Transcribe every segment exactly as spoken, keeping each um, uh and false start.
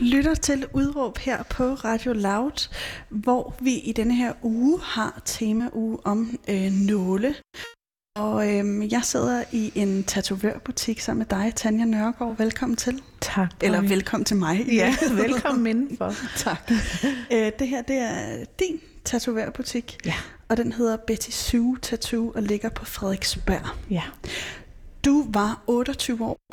lytter til Udråb her på Radio Loud, hvor vi i denne her uge har temauge om øh, nåle. Og øh, jeg sidder i en tatovørbutik sammen med dig, Tanja Nørgaard. Velkommen til. Tak. Eller velkommen til mig. Ja, velkommen indenfor. Tak. Øh, det her, det er din tatovørbutik, ja. Og den hedder Betty Sue Tattoo og ligger på Frederiksberg. Ja. Du var otteogtyve år.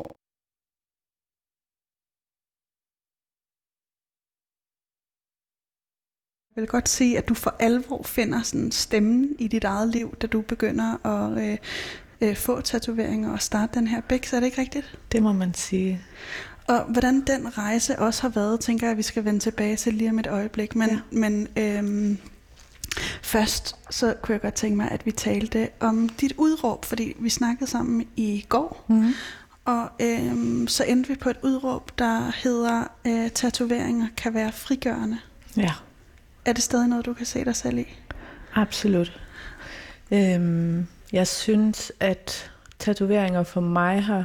Jeg vil godt sige, at du for alvor finder sådan stemmen i dit eget liv, da du begynder at øh, øh, få tatoveringer og starte den her bæks. Er det ikke rigtigt? Det må man sige. Og hvordan den rejse også har været, tænker jeg, at vi skal vende tilbage til lige om et øjeblik. Men, ja. men øhm, først så kunne jeg godt tænke mig, at vi talte om dit udråb, fordi vi snakkede sammen i går. Mm-hmm. Og øhm, så endte vi på et udråb, der hedder, øh, tatoveringer kan være frigørende. Ja. Er det stadig noget, du kan se dig selv i? Absolut. Øhm, jeg synes, at tatoveringer for mig har,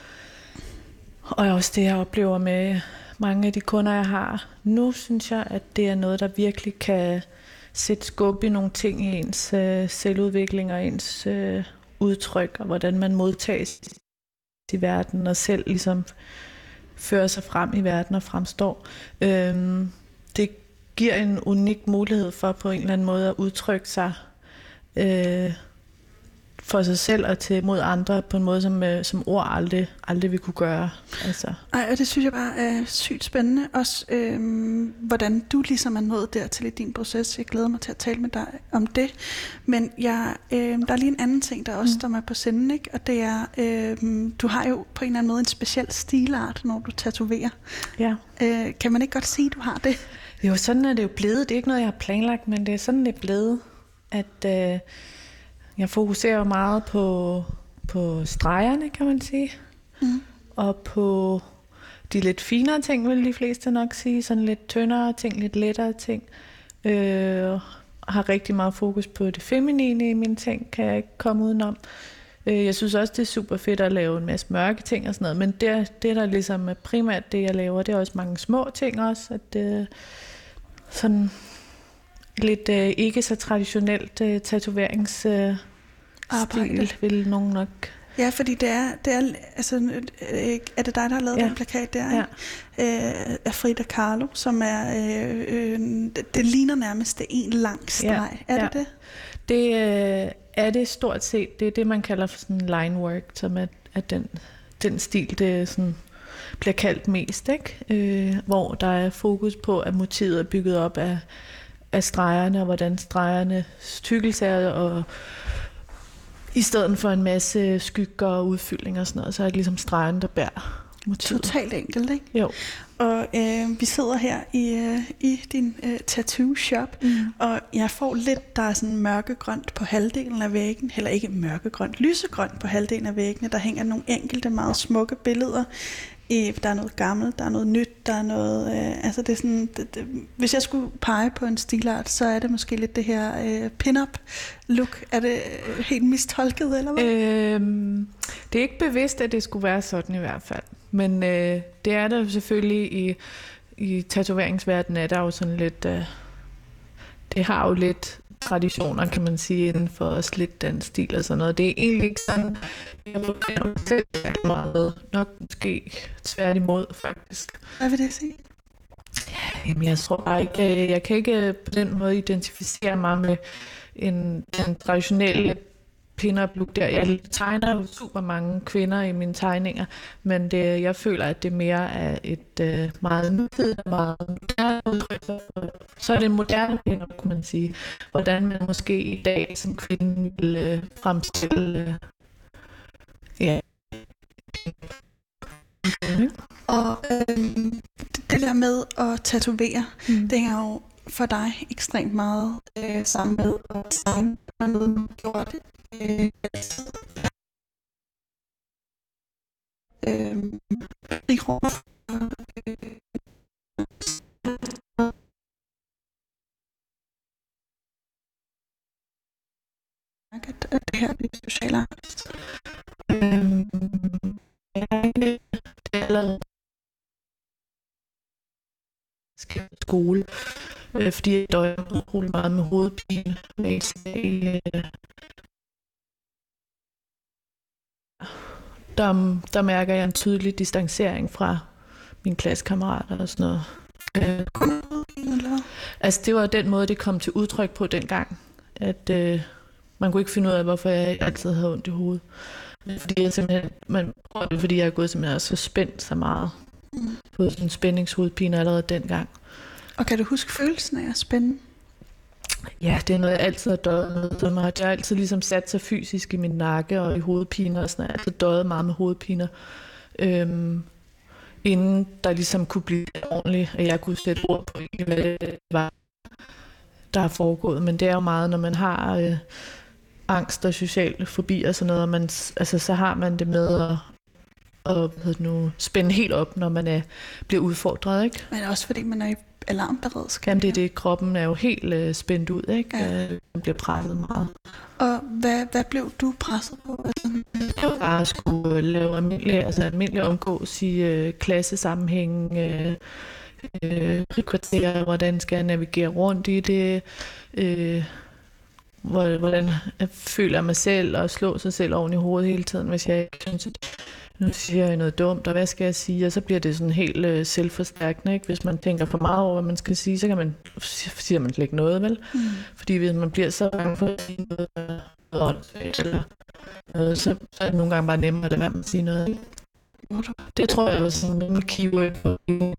og også det, jeg oplever med mange af de kunder, jeg har nu, synes jeg, at det er noget, der virkelig kan sætte skub i nogle ting i ens øh, selvudvikling og ens øh, udtryk, og hvordan man modtages i verden, og selv ligesom fører sig frem i verden og fremstår. Øhm, det giver en unik mulighed for på en eller anden måde at udtrykke sig øh, for sig selv og til mod andre på en måde, som, øh, som ord aldrig, aldrig vil kunne gøre. Altså. Ej, og det synes jeg bare er sygt spændende. Også øh, hvordan du ligesom er nået dertil i din proces. Jeg glæder mig til at tale med dig om det. Men jeg, øh, der er lige en anden ting, der også mm. står mig på senden, ikke? Og det er, øh, du har jo på en eller anden måde en speciel stilart, når du tatoverer. Ja. Øh, kan man ikke godt sige, at du har det? Jo, sådan er det jo blevet. Det er ikke noget, jeg har planlagt, men det er sådan, det er blevet, at øh, jeg fokuserer meget på, på stregerne, kan man sige. Mm. Og på de lidt finere ting, vil de fleste nok sige. Sådan lidt tyndere ting, lidt lettere ting. Øh, har rigtig meget fokus på det feminine i mine ting, kan jeg ikke komme udenom. Øh, jeg synes også, det er super fedt at lave en masse mørke ting og sådan noget. Men det, det der ligesom er primært det, jeg laver, det er også mange små ting også. At øh, sådan lidt øh, ikke så traditionelt øh, tatoveringsstil, øh, vil nogen nok. Ja, fordi det er, det er, altså, øh, er det dig, der har lavet ja. den plakat der, ja. øh, af Frida Kahlo, som er, øh, øh, det, det ligner nærmest det en lang streg. Ja. Er ja. det det? Det øh, er det stort set. Det er det, man kalder for sådan line work, som er, er den, den stil, det sådan bliver kaldt mest, ikke? Øh, hvor der er fokus på, at motivet er bygget op af, af stregerne, og hvordan stregerne tykkelse er, og i stedet for en masse skygger og udfyldning og sådan noget, så er det ligesom stregerne, der bærer motivet. Totalt enkelt, ikke? Jo. Og øh, vi sidder her i, øh, i din øh, tattoo shop, mm. og jeg får lidt, der er sådan mørkegrønt på halvdelen af væggen, eller ikke mørkegrønt, lysegrønt på halvdelen af væggene. Der hænger nogle enkelte meget smukke billeder. I, der er noget gammelt, der er noget nyt, der er noget, øh, altså det er sådan, det, det, hvis jeg skulle pege på en stilart, så er det måske lidt det her øh, pin-up look. Er det helt mistolket, eller hvad? Øhm, det er ikke bevidst, at det skulle være sådan i hvert fald. Men øh, det er der selvfølgelig i, i tatoveringsverdenen, er der jo sådan lidt, øh, det har jo lidt traditioner, kan man sige, inden for os lidt den stil og sådan noget. Det er egentlig ikke sådan, jeg forbinder selv meget, nok måske tværtimod faktisk. Hvad vil det sige? Jamen jeg tror bare ikke, jeg kan ikke på den måde identificere mig med en, en traditionelle pin-up look der. Jeg tegner jo super mange kvinder i mine tegninger, men det, jeg føler, at det mere er et øh, meget nutidigt, meget moderne udtryk. Så er det en moderne pin-up, kunne man sige. Hvordan man måske i dag som kvinde vil øh, fremstille øh, ja. Og øhm, det der med at tatovere, mm. det er jo for dig ekstremt meget øh, sammen med at tegne og noget, du gjorde det. Øh, øh, i rum. Øh, det her er social angst. Øhm, jeg er ikke det er skole, øh, fordi jeg døjer utrolig meget med hovedpine. Øh, der, der mærker jeg en tydelig distancering fra mine klassekammerater og sådan noget. Øh, altså det var den måde, det kom til udtryk på dengang, at øh, man kunne ikke finde ud af, hvorfor jeg altid havde ondt i hovedet. Fordi jeg simpelthen, man tror det, fordi jeg er gået simpelthen så spændt så meget mm. på sådan en spændingshovedpine allerede dengang. Og kan du huske følelsen af at spænde? Ja, det er noget, jeg altid har døjet med. Så jeg har altid ligesom sat sig fysisk i min nakke og i hovedpiner og sådan. Jeg har altid døjet meget med hovedpiner. Øhm, inden der ligesom kunne blive ordentligt, at jeg kunne sætte ord på, hvad det var, der er foregået. Men det er jo meget, når man har øh, angst og social fobi og sådan noget, og man, altså, så har man det med at og, hvad det nu, spænde helt op, når man er, bliver udfordret, ikke? Men også fordi man er i alarmberedskab. Jamen det er det, kroppen er jo helt øh, spændt ud, ikke? Ja. Øh, man bliver presset meget. Og hvad, hvad blev du presset på? Altså? Jeg var bare at skulle lave almindelig, altså almindelig omgås i øh, klassesammenhæng, øh, øh, frikvarter, hvordan skal jeg navigere rundt i det, øh, hvordan jeg føler mig selv og slå sig selv oven i hovedet hele tiden, hvis jeg ikke synes, at nu siger jeg noget dumt, og hvad skal jeg sige? Og så bliver det sådan helt øh, selvforstærkende, ikke? Hvis man tænker for meget over, hvad man skal sige, så kan man, siger man slet ikke noget, vel? Mm. Fordi hvis man bliver så bange for at sige noget, eller noget, så, så er det nogle gange bare nemmere at lade være med at sige noget, ikke? Det tror jeg var sådan en keyword for en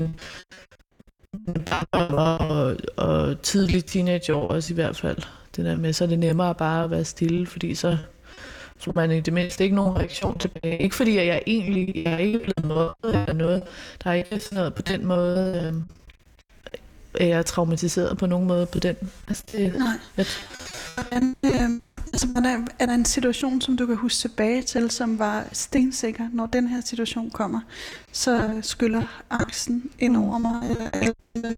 og, og tidlig teenageår også i hvert fald. Det der med, så er det nemmere bare at være stille, fordi så så man i det mindste ikke nogen reaktion tilbage. Ikke fordi jeg egentlig jeg er ikke blevet noget eller noget. Der er ikke sådan noget på den måde. Øh, er jeg traumatiseret på nogen måde på den. Altså, det, Nej. Jeg, Hvordan, øh, altså, er, der, er der en situation, som du kan huske tilbage til, som var stensikker, når den her situation kommer, så skyller angsten ind over mig? Eller, eller,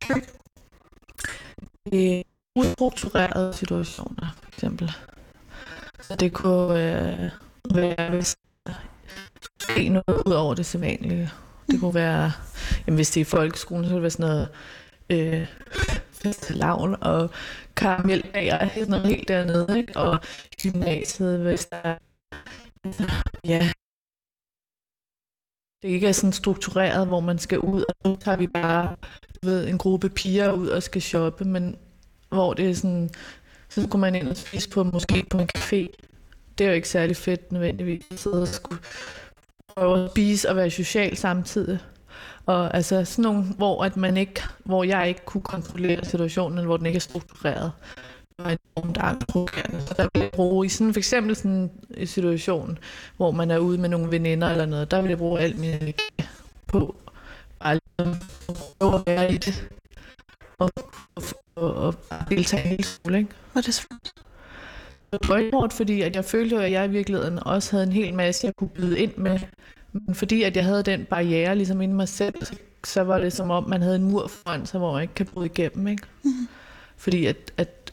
det er ustrukturerede situationer, for eksempel. Så det kunne øh, være, hvis der sker noget ud over det sædvanlige. Det kunne være, jamen hvis det er i folkeskolen, så kunne det være sådan noget øh, fastelavn og karamelbager og sådan noget helt dernede, ikke? Og gymnasiet, hvis der ja, det ikke er sådan struktureret, hvor man skal ud, og så tager vi bare ved, en gruppe piger ud og skal shoppe, men hvor det er sådan, så kunne man ind og spise på, måske på en café. Det er jo ikke særlig fedt nødvendigvis at sidde og skulle prøve at spise og være social samtidig. Og altså sådan nogle, hvor, at man ikke, hvor jeg ikke kunne kontrollere situationen, eller hvor den ikke er struktureret. Det var enormt angstprovokerende. Så der vil jeg bruge i sådan for eksempel sådan en situation, hvor man er ude med nogle veninder eller noget, der vil jeg bruge alt min energi på bare at prøve at være i det. Og, og, og, og deltage i hele skole, ikke? Var det svært? Det var hårdt, fordi at jeg følte, at jeg i virkeligheden også havde en hel masse, jeg kunne byde ind med. Men fordi at jeg havde den barriere ligesom inde i mig selv, så, så var det som om, man havde en mur foran sig, hvor man ikke kan bryde igennem, ikke? Mm. Fordi at, at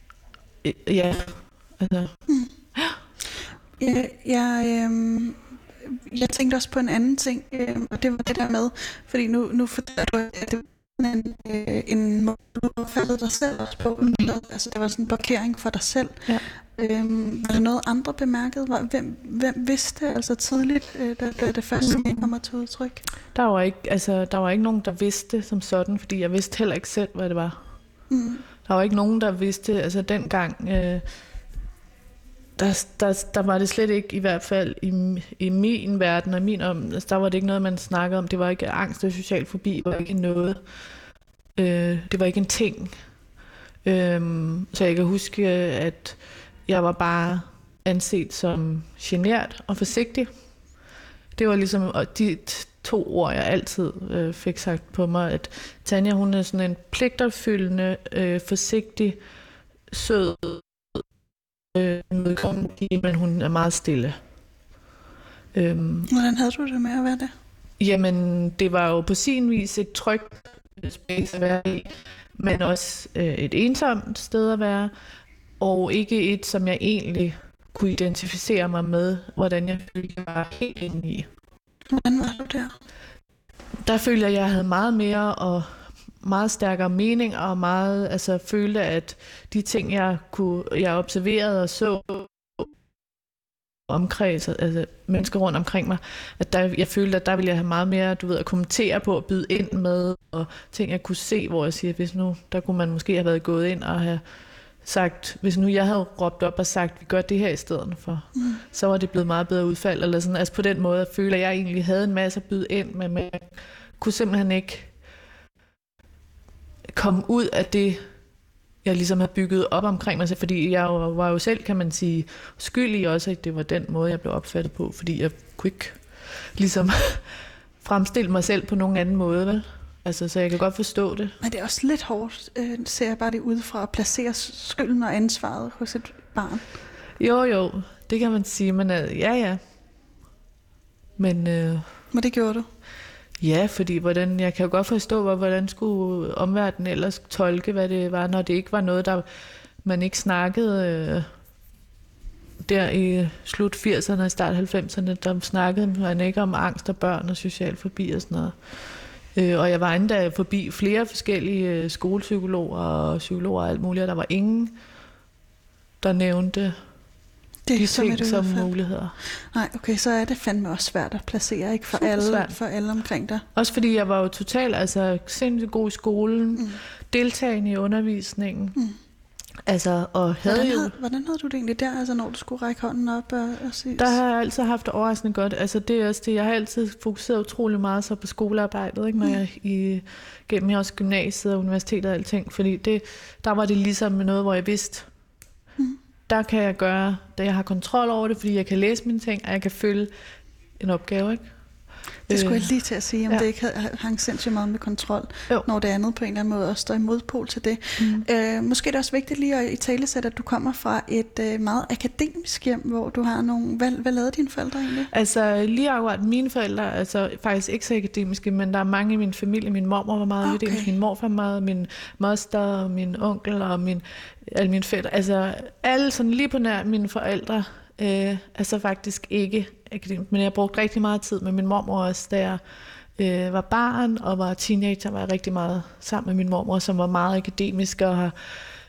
ja, altså... Mm. Jeg, jeg, øh, jeg tænkte også på en anden ting, øh, og det var det der med, fordi nu, nu fortæller du, at det var en, øh, en måde, du faldet dig selv også på. Mm. Altså det var sådan en blokering for dig selv. Ja. Øhm, var det noget andre bemærkede? Hvem, hvem vidste altså tidligt, øh, da, da det første kommer til udtryk? Der var, ikke, altså, der var ikke nogen, der vidste som sådan, fordi jeg vidste heller ikke selv, hvad det var. Mm. Der var ikke nogen, der vidste, altså dengang, øh, der, der, der var det slet ikke, i hvert fald i, i min verden og min om, altså, der var det ikke noget, man snakkede om. Det var ikke angst og social fobi, det var ikke noget. Øh, det var ikke en ting. Øh, så jeg kan huske, at jeg var bare anset som genert og forsigtig. Det var ligesom de to ord, jeg altid øh, fik sagt på mig, at Tanja, hun er sådan en pligtopfyldende, øh, forsigtig, sød, øh, men hun er meget stille. Øhm, Hvordan havde du det med at være det? Jamen, det var jo på sin vis et trygt space at være i, men også øh, et ensomt sted at være, og ikke et, som jeg egentlig kunne identificere mig med, hvordan jeg følte, jeg var helt inde i. Hvordan var du der? Der følte jeg, at jeg havde meget mere og meget stærkere mening, og meget, altså følte, at de ting, jeg kunne, jeg observerede og så omkreds, altså mennesker rundt omkring mig, at der, jeg følte, at der ville jeg have meget mere, du ved, at kommentere på, at byde ind med, og ting, jeg kunne se, hvor jeg siger, hvis nu, der kunne man måske have været gået ind og have sagt, hvis nu jeg havde råbt op og sagt, vi gør det her i stedet for, mm. så var det blevet meget bedre udfald, eller sådan, altså på den måde, at føle, at jeg egentlig havde en masse at byde ind med, men jeg kunne simpelthen ikke komme ud af det, jeg ligesom har bygget op omkring mig, fordi jeg var jo selv, kan man sige, skyldig også, at det var den måde, jeg blev opfattet på, fordi jeg kunne ikke ligesom fremstille mig selv på nogen anden måde, vel? Altså, så jeg kan godt forstå det. Men det er også lidt hårdt, øh, ser jeg bare det udefra, at placere skylden og ansvaret hos et barn. Jo, jo, det kan man sige, men øh, ja, ja. Men, øh, men det gjorde du? Ja, fordi hvordan, jeg kan jo godt forstå, hvordan skulle omverdenen ellers tolke, hvad det var, når det ikke var noget, der man ikke snakkede øh, der i slut firserne og start halvfemserne, der snakkede man ikke om angst og børn og social fobi og sådan noget. Øh, og jeg var endda forbi flere forskellige øh, skolepsykologer og psykologer og alt muligt, og der var ingen, der nævnte det, de ting som muligheder. Nej, okay, så er det fandme også svært at placere, ikke for alle, for alle omkring dig. Også fordi jeg var jo totalt, altså sindssygt god i skolen, mm. deltagende i undervisningen. Mm. Altså, og havde hvordan, jo... havde, hvordan havde du det egentlig der, altså når du skulle række hånden op og, og sige... Der har jeg altid haft det overraskende godt. Altså det er også det, jeg har altid fokuseret utrolig meget så på skolearbejdet, ikke? Når mm. jeg i, gennem også gymnasiet og universitetet og alting, fordi det, der var det ligesom noget, hvor jeg vidste, mm. der kan jeg gøre, da jeg har kontrol over det, fordi jeg kan læse mine ting, og jeg kan følge en opgave, ikke? Det skulle jeg lige til at sige, om ja. det ikke hang sindssygt meget med kontrol, jo. Når det andet på en eller anden måde også står i modpol til det. Mm. Øh, måske er det også vigtigt lige at italesætte, at du kommer fra et øh, meget akademisk hjem, hvor du har nogle... Hvad, hvad lavede dine forældre egentlig? Altså lige akkurat mine forældre, altså faktisk ikke så akademiske, men der er mange i min familie. Min mormor var meget okay. akademisk, min morfar meget, min moster, min onkel og min, alle mine fætter. Altså alle sådan lige på nær mine forældre. Øh, altså faktisk ikke akademisk, men jeg brugte rigtig meget tid med min mormor også, da jeg øh, var barn og var teenager, var jeg rigtig meget sammen med min mormor, som var meget akademisk og har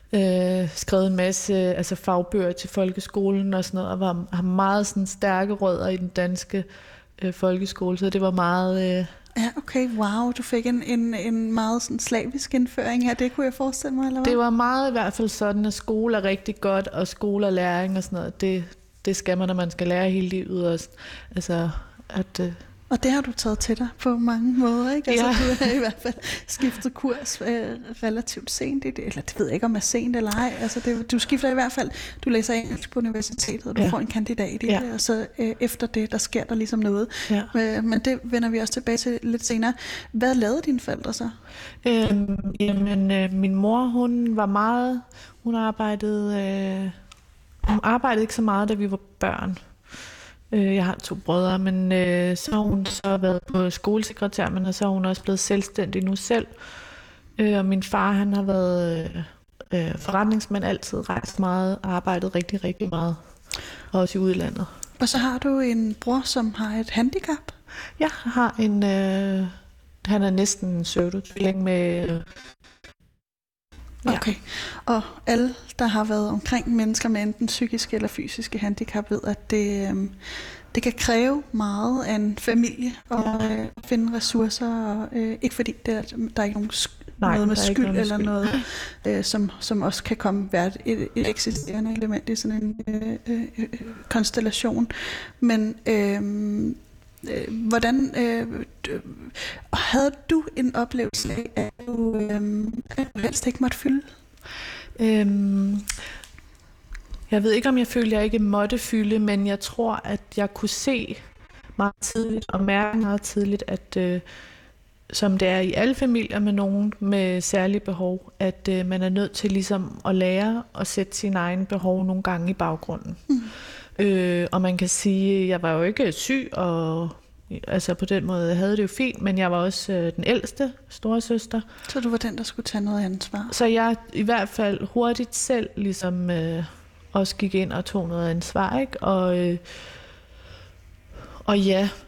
øh, skrevet en masse altså fagbøger til folkeskolen og sådan noget, og var, har meget sådan stærke rødder i den danske øh, folkeskole, så det var meget... Øh, Ja, okay, wow, du fik en, en, en meget sådan slavisk indføring her, det kunne jeg forestille mig, eller hvad? Det var meget i hvert fald sådan, at skole er rigtig godt, og skole og læring og sådan noget, det, det skal man, når man skal lære hele livet. Og, altså, at, øh... og det har du taget til dig på mange måder, ikke? Altså, ja. Du har i hvert fald skiftet kurs øh, relativt sent, i det, eller det ved jeg ikke, om det er sent eller ej. Altså, det, du skifter i hvert fald, du læser engelsk på universitetet, og du ja. får en kandidat i ja. det, og så øh, efter det, der sker der ligesom noget. Ja. Øh, men det vender vi også tilbage til lidt senere. Hvad lavede dine forældre så? Øhm, jamen, øh, min mor, hun var meget, hun arbejdede, øh, hun arbejdede ikke så meget, da vi var børn. Jeg har to brødre, men øh, så har hun så været på skolesekretær, men så har hun også blevet selvstændig nu selv. Øh, og min far, han har været øh, forretningsmand, altid rejst meget, arbejdet rigtig, rigtig meget, også i udlandet. Og så har du en bror, som har et handicap? Jeg har en, øh, han er næsten pseudotvilling med... Øh, Okay, og alle, der har været omkring mennesker med enten psykiske eller fysiske handicap, ved, at det, øh, det kan kræve meget af en familie at øh, finde ressourcer, og, øh, ikke fordi det er, der er ikke nogen sk- Nej, noget med skyld noget eller skyld. noget, øh, som, som også kan komme være et, et eksisterende element i sådan en øh, øh, konstellation. Men øh, Øh, hvordan øh, havde du en oplevelse af, at du øh, helst ikke måtte fylde? Øhm, jeg ved ikke, om jeg følte, at jeg ikke måtte fylde, men jeg tror, at jeg kunne se meget tidligt og mærke meget tidligt, at øh, som det er i alle familier med nogen med særlige behov, at øh, man er nødt til ligesom at lære at sætte sine egne behov nogle gange i baggrunden. Mm. Øh, og man kan sige, at jeg var jo ikke syg, og altså på den måde havde det jo fint, men jeg var også øh, den ældste storesøster. Så du var den, der skulle tage noget ansvar? Så jeg i hvert fald hurtigt selv ligesom øh, også gik ind og tog noget ansvar, ikke? Og, øh, og ja,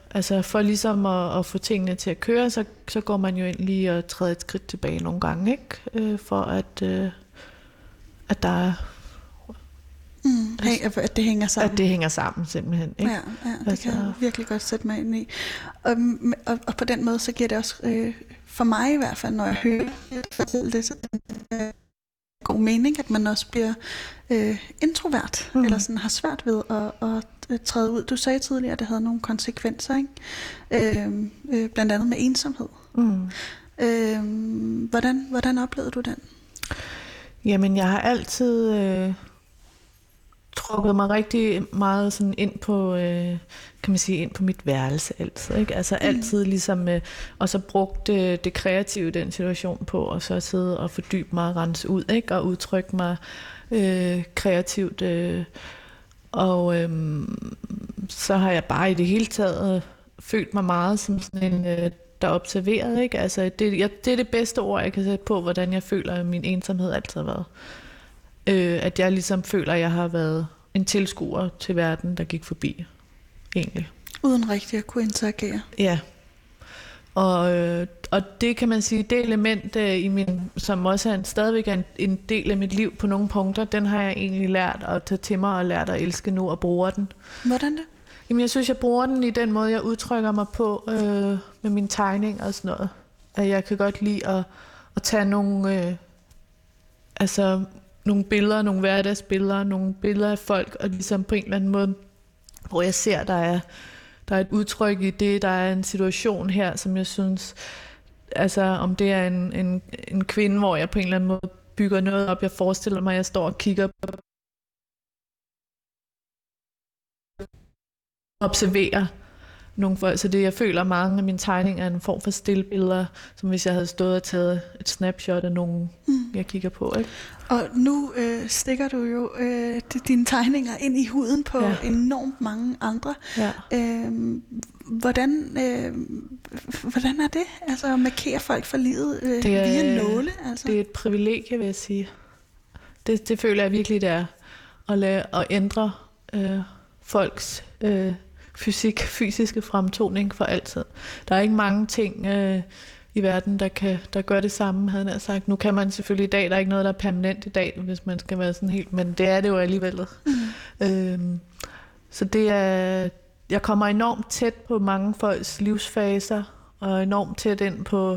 Altså for ligesom at, at få tingene til at køre, så, så går man jo ind lige og træder et skridt tilbage nogle gange, ikke? Øh, for at, øh, at der er... Mm, altså, at det hænger sammen. At det hænger sammen simpelthen, ikke? Ja, ja det altså, kan jeg virkelig godt sætte mig ind i. Og, og, og på den måde, så giver det også, øh, for mig i hvert fald, når jeg hører fortælle det, så øh, god mening, at man også bliver øh, introvert, mm. eller sådan har svært ved at, at træde ud. Du sagde tidligere, at det havde nogle konsekvenser, ikke? Øh, øh, blandt andet med ensomhed. Mm. Øh, hvordan, hvordan oplevede du den? Jamen, jeg har altid øh, trukket mig rigtig meget sådan ind på, øh, kan man sige, ind på mit værelse altid, ikke? Altså altid ligesom, øh, og så brugt øh, det kreative i den situation på, og så sidde og fordybe mig og rense ud, ikke? Og udtrykke mig øh, kreativt. Øh, og øh, så har jeg bare i det hele taget følt mig meget som sådan en, øh, der observerede, ikke? Altså det, jeg, det er det bedste ord, jeg kan sætte på, hvordan jeg føler, at min ensomhed altid har været. Øh, at jeg ligesom føler, at jeg har været en tilskuer til verden, der gik forbi, egentlig. Uden rigtig at kunne interagere. Ja. Og, øh, og det kan man sige, det element, øh, i min, som også er en, stadigvæk er en, en del af mit liv på nogle punkter, den har jeg egentlig lært at tage til mig og lært at elske nu og bruger den. Hvordan det? Jamen jeg synes, jeg bruger den i den måde, jeg udtrykker mig på øh, med mine tegninger og sådan noget. At jeg kan godt lide at, at tage nogle, øh, altså, nogle billeder, nogle hverdagsbilleder, nogle billeder af folk, og ligesom på en eller anden måde, hvor jeg ser, der er, der er et udtryk i det, der er en situation her, som jeg synes, altså om det er en, en, en kvinde, hvor jeg på en eller anden måde bygger noget op, jeg forestiller mig, at jeg står og kigger på, observerer nogle folk, så det jeg føler mange af mine tegninger er en form for stillbilleder, som hvis jeg havde stået og taget et snapshot af nogen, mm. jeg kigger på, ikke? Og nu øh, stikker du jo øh, dine tegninger ind i huden på ja. enormt mange andre. Ja. Øh, hvordan, øh, hvordan er det? Altså at markere folk for livet øh, det er, via nåle? Altså. Det er et privilegie, vil jeg sige. Det, det føler jeg virkelig, det er. At, lade, at ændre øh, folks øh, fysik, fysiske fremtoning for altid. Der er ikke mange ting øh, i verden, der kan der gør det samme, havde jeg sagt. Nu kan man selvfølgelig i dag, der er ikke noget, der er permanent i dag, hvis man skal være sådan helt, men det er det jo alligevel. Mm. Øhm, så det er, jeg kommer enormt tæt på mange folks livsfaser, og enormt tæt ind på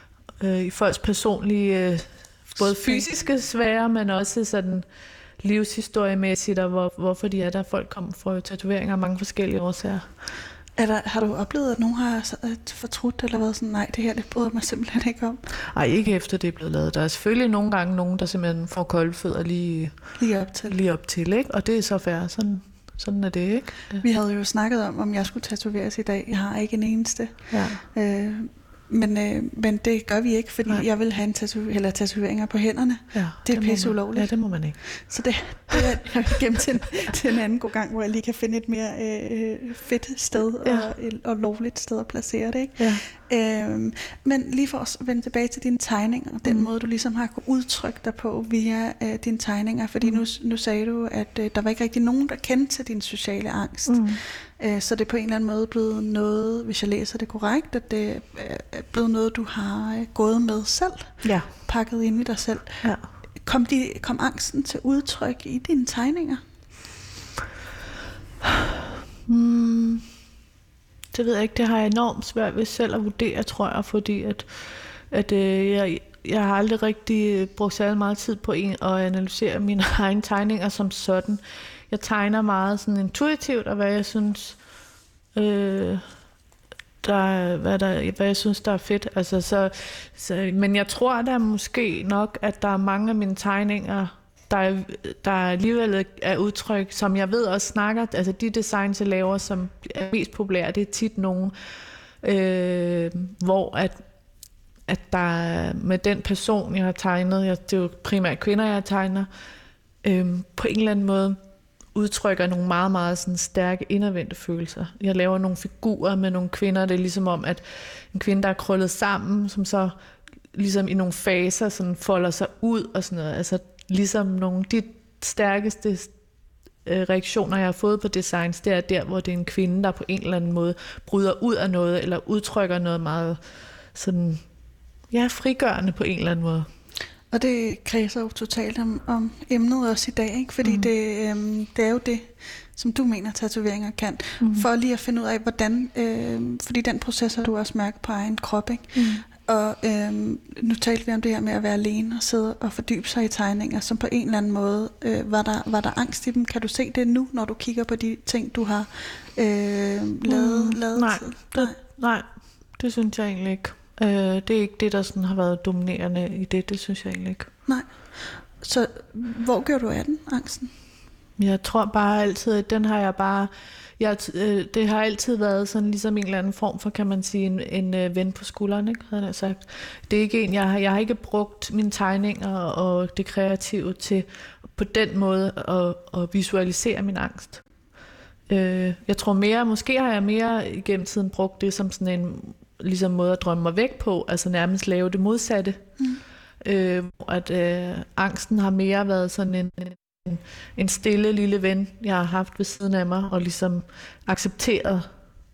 øh, i folks personlige, øh, både fysiske sfære, men også sådan livshistoriemæssigt, og hvor, hvorfor de er der. Folk kommer fra tatoveringer af mange forskellige årsager. Er der, har du oplevet, at nogen har fortrudt eller været sådan, nej, det her, det bryder mig simpelthen ikke om? Nej, ikke efter det er blevet lavet. Der er selvfølgelig nogle gange nogen, der simpelthen får kolde fødder lige, lige op til. Lige op til, ikke? Og det er så fair. Sådan, sådan er det, ikke? Ja. Vi havde jo snakket om, om jeg skulle tatoveres i dag. Jeg har ikke en eneste. Ja. Øh, Men, øh, men det gør vi ikke, fordi Nej. jeg vil have en tatu- eller tatoveringer på hænderne. Ja, det er pisse ulovligt. Ja, det må man ikke. Så det, det er jeg gemt til, til en anden god gang, hvor jeg lige kan finde et mere øh, fedt sted ja. og, og lovligt sted at placere det. Ikke? Ja. Øhm, men lige for at vende tilbage til dine tegninger, den mm. måde du ligesom har kunnet udtrykke dig på via øh, dine tegninger, fordi mm. nu, nu sagde du, at øh, der var ikke rigtig nogen, der kendte til din sociale angst. Mm. Så det er på en eller anden måde blevet noget, hvis jeg læser det korrekt, at det er blevet noget, du har gået med selv, ja. pakket ind i dig selv. Ja. Kom, de, kom angsten til udtryk i dine tegninger? Mm, det ved jeg ikke, det har jeg enormt svært ved selv at vurdere, tror jeg, fordi at, at øh, jeg, jeg har aldrig rigtig brugt særlig meget tid på en, at analysere mine egne tegninger som sådan. Jeg tegner meget sådan intuitivt, og hvad jeg synes, øh, der, hvad, der, hvad jeg synes, der er fedt. Altså, så, så, men jeg tror da måske nok, at der er mange af mine tegninger, der, der alligevel er udtryk, som jeg ved også snakker, altså de designs, jeg laver, som er mest populære, det er tit nogen, øh, hvor at, at der med den person, jeg har tegnet, jeg, det er jo primært kvinder, jeg tegner, øh, på en eller anden måde, udtrykker nogle meget, meget sådan stærke indadvendte følelser. Jeg laver nogle figurer med nogle kvinder, det er ligesom om, at en kvinde, der er krøllet sammen, som så ligesom i nogle faser sådan folder sig ud og sådan noget. Altså ligesom nogle de stærkeste øh, reaktioner, jeg har fået på designs, det er der, hvor det er en kvinde, der på en eller anden måde bryder ud af noget, eller udtrykker noget meget sådan, ja, frigørende på en eller anden måde. Og det kredser jo totalt om, om emnet også i dag, ikke? Fordi mm. det, øhm, det er jo det, som du mener, tatoveringer kan. Mm. For lige at finde ud af, hvordan, øh, fordi den proces har du også mærket på egen krop, ikke? Mm. Og øhm, nu talte vi om det her med at være alene og sidde og fordybe sig i tegninger, som på en eller anden måde, øh, var, der, var der angst i dem? Kan du se det nu, når du kigger på de ting, du har øh, lavet? Mm, lavet nej, det, nej, det synes jeg egentlig ikke. Øh, det er ikke det, der sådan har været dominerende i det, det synes jeg egentlig ikke. Nej. Så hvor gør du af den, angsten? Jeg tror bare altid, at den har jeg bare... Jeg, øh, det har altid været sådan ligesom en eller anden form for, kan man sige, en, en øh, ven på skulderen, ikke, havde jeg sagt. Det er ikke en, jeg har, jeg har ikke brugt mine tegninger og det kreative til på den måde at, at visualisere min angst. Øh, jeg tror mere, måske har jeg mere igennem tiden brugt det som sådan en ligesom måde at drømme mig væk på, altså nærmest lave det modsatte. Mm. Øh, at øh, angsten har mere været sådan en en stille lille ven, jeg har haft ved siden af mig, og ligesom accepteret,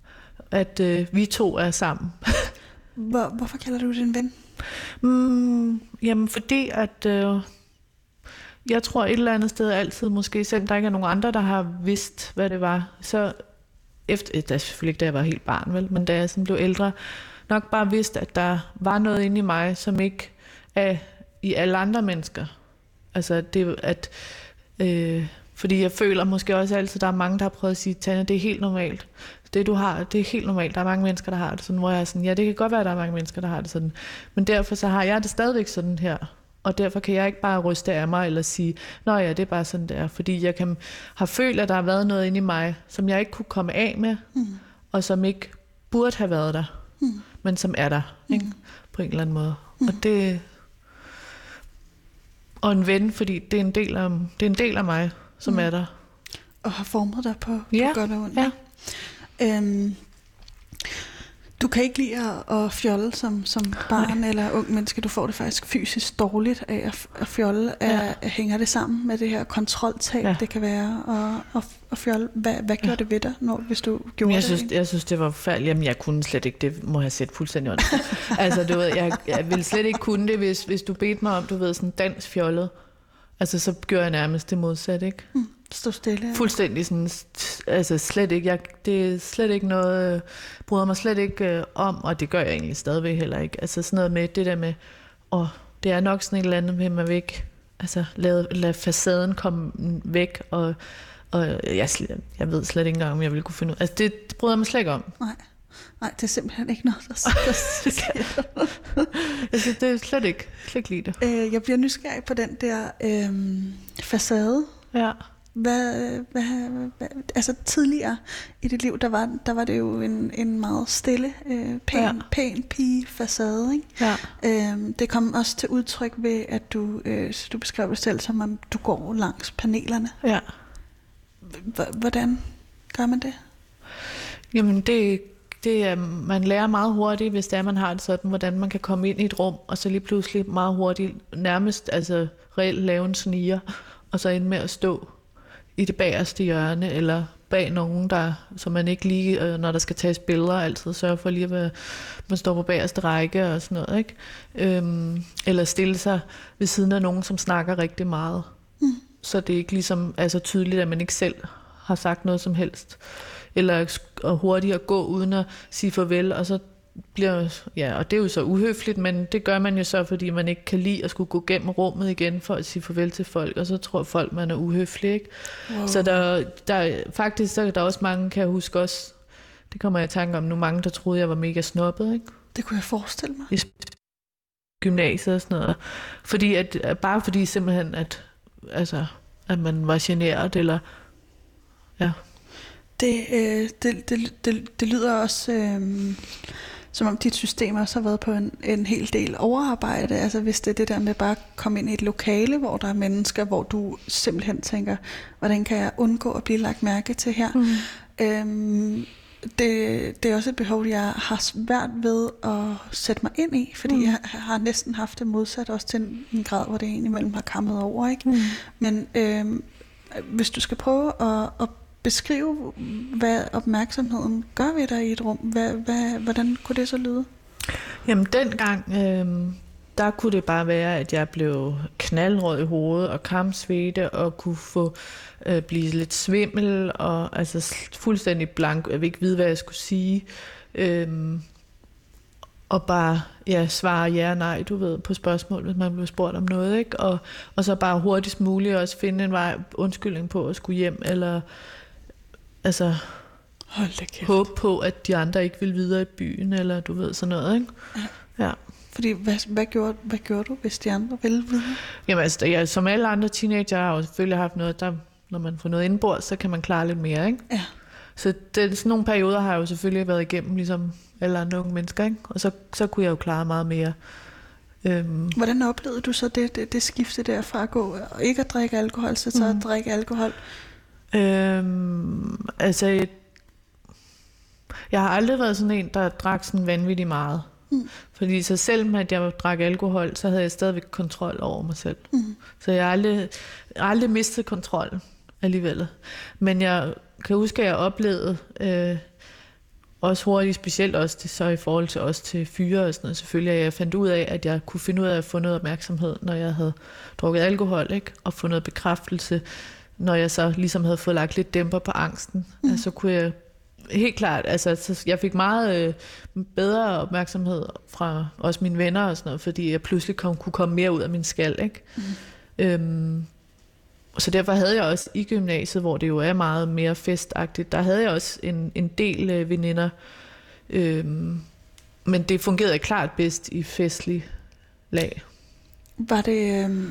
at øh, vi to er sammen. Hvor, hvorfor kalder du din ven? Mm, jamen fordi, at øh, jeg tror et eller andet sted altid, måske selvom der ikke er nogen andre, der har vidst, hvad det var, så efter, det er selvfølgelig ikke, da jeg var helt barn, vel, men da jeg sådan blev ældre, nok bare vidste, at der var noget inde i mig, som ikke er i alle andre mennesker. Altså det, at Øh, fordi jeg føler måske også altid, at der er mange, der har prøvet at sige, Tanja, det er helt normalt. Det du har, det er helt normalt. Der er mange mennesker, der har det sådan, hvor jeg er sådan, ja, det kan godt være, at der er mange mennesker, der har det sådan. Men derfor så har jeg det stadigvæk sådan her. Og derfor kan jeg ikke bare ryste af mig eller sige, nå ja, det er bare sådan der. Fordi jeg kan have følt, at der har været noget inde i mig, som jeg ikke kunne komme af med, mm. og som ikke burde have været der, mm. men som er der, mm. ikke? På en eller anden måde. Mm. Og det... Og en ven, fordi det er en del af, det er en del af mig, som mm. er der. Og har formet dig på, ja. på godt og ondt. Ja. Øhm, du kan ikke lide at, at fjolle som, som barn Nej. eller ung menneske. Du får det faktisk fysisk dårligt af at, at fjolle. Ja. Er, hænger det sammen med det her kontroltab, ja. det kan være at, at, at fjolle? Hvad, hvad gjorde ja. det ved dig, når, hvis du gjorde jeg det? Synes, jeg synes, det var forfærdeligt. Jamen, jeg kunne slet ikke. Det må jeg sætte fuldstændig under. altså, du ved, jeg, jeg ville slet ikke kunne det, hvis, hvis du bedte mig om, du ved, sådan dans fjollet. Altså, så gør jeg nærmest det modsatte, ikke? Mm. Stå stille. Fuldstændig sådan, altså slet ikke. Jeg, det er slet ikke noget, jeg bryder mig slet ikke øh, om, og det gør jeg egentlig stadigvæk heller ikke. Altså sådan noget med det der med, og det er nok sådan et eller andet med, at man vil ikke, altså lade, lade facaden komme væk, og, og jeg, jeg ved slet ikke engang, om jeg ville kunne finde ud. Altså det, det bryder jeg mig slet ikke om. Nej. Nej, det er simpelthen ikke noget, der, der sker. altså, det er slet ikke, slet ikke lide det. Øh, jeg bliver nysgerrig på den der øh, facade. Ja. Hvad, hvad, hvad, altså tidligere i dit liv, der var, der var det jo en, en meget stille, øh, pæn, ja. pæn pige facade, ikke? Ja. Øhm, det kom også til udtryk ved, at du, øh, du beskrev dig selv som, om du går langs panelerne. Ja. H- hvordan gør man det? Jamen det, det er, man lærer meget hurtigt, hvis det er, man har det sådan, hvordan man kan komme ind i et rum, og så lige pludselig meget hurtigt, nærmest altså reelt lave en sniger, og så ende med at stå i det bagerste hjørne, eller bag nogen, der, så man ikke lige, når der skal tages billeder, altid sørge for lige at være, man står på bagerste række og sådan noget, ikke? Øhm, eller stille sig ved siden af nogen, som snakker rigtig meget. Mm. Så det er ikke ligesom altså tydeligt, at man ikke selv har sagt noget som helst. Eller hurtigt at gå uden at sige farvel, og så bliver, ja, og det er jo så uhøfligt, men det gør man jo så, fordi man ikke kan lide at skulle gå gennem rummet igen for at sige farvel til folk, og så tror folk, man er uhøflig, ikke? Wow. Så der, der, faktisk så er der også mange, kan jeg huske også, det kommer jeg i tanke om nu, mange, der troede, jeg var mega snobbet, ikke? Det kunne jeg forestille mig. I gymnasiet og sådan noget. Fordi at, bare fordi simpelthen, at, altså, at man var generet, eller, ja. Det, øh, det, det, det, det lyder også... Øh, som om dit system også har været på en, en hel del overarbejde. Altså hvis det er det der med bare at komme ind i et lokale, hvor der er mennesker, hvor du simpelthen tænker, hvordan kan jeg undgå at blive lagt mærke til her? Mm. Øhm, det, det er også et behov, jeg har svært ved at sætte mig ind i, fordi mm. jeg har næsten haft det modsat også til en grad, hvor det indimellem har kammet over, ikke? Mm. Men øhm, hvis du skal prøve at, at beskrive, hvad opmærksomheden gør ved dig i et rum, hvad, hvad, hvordan kunne det så lyde? Jamen dengang, øh, der kunne det bare være, at jeg blev knaldrød i hovedet og kampsvede og kunne få øh, blive lidt svimmel og altså fuldstændig blank. Jeg vil ikke vide, hvad jeg skulle sige. Øh, og bare ja, svare ja og nej, du ved, på spørgsmål, hvis man blev spurgt om noget, ikke? Og, og så bare hurtigst muligt også finde en vej, undskyldning på at skulle hjem, eller altså håbe på, at de andre ikke vil videre i byen, eller du ved, sådan noget, ikke? Ja. Ja. Fordi, hvad, hvad, gjorde, hvad gjorde du, hvis de andre ville videre? Jamen altså, jeg, som alle andre teenager har jo selvfølgelig haft noget, der, når man får noget indbord, så kan man klare lidt mere, ikke? Ja. Så det, sådan nogle perioder har jeg jo selvfølgelig været igennem, ligesom alle andre unge mennesker, ikke? Og så, så kunne jeg jo klare meget mere. Øhm. Hvordan oplevede du så det, det, det skifte der fra at gå og ikke at drikke alkohol, så, så mm. at drikke alkohol? Øhm, altså, jeg, jeg har aldrig været sådan en, der drak sådan vanvittigt meget. Mm. Fordi så selvom at jeg drak alkohol, så havde jeg stadigvæk kontrol over mig selv. Mm. Så jeg har aldrig, aldrig mistet kontrollen alligevel. Men jeg kan huske, at jeg oplevede øh, også hurtigt, specielt også det, så i forhold til os til fyre og sådan noget, selvfølgelig, at jeg fandt ud af, at jeg kunne finde ud af at få noget opmærksomhed, når jeg havde drukket alkohol, ikke? Og få noget bekræftelse, når jeg så ligesom havde fået lagt lidt dæmper på angsten. Mm. Altså, så kunne jeg helt klart, altså jeg fik meget øh, bedre opmærksomhed fra også mine venner og sådan noget, fordi jeg pludselig kom, kunne komme mere ud af min skal, ikke? Mm. Øhm, så derfor havde jeg også i gymnasiet, hvor det jo er meget mere festagtigt, der havde jeg også en, en del øh, veninder, øhm, men det fungerede klart bedst i festlig lag. Var det... Øh...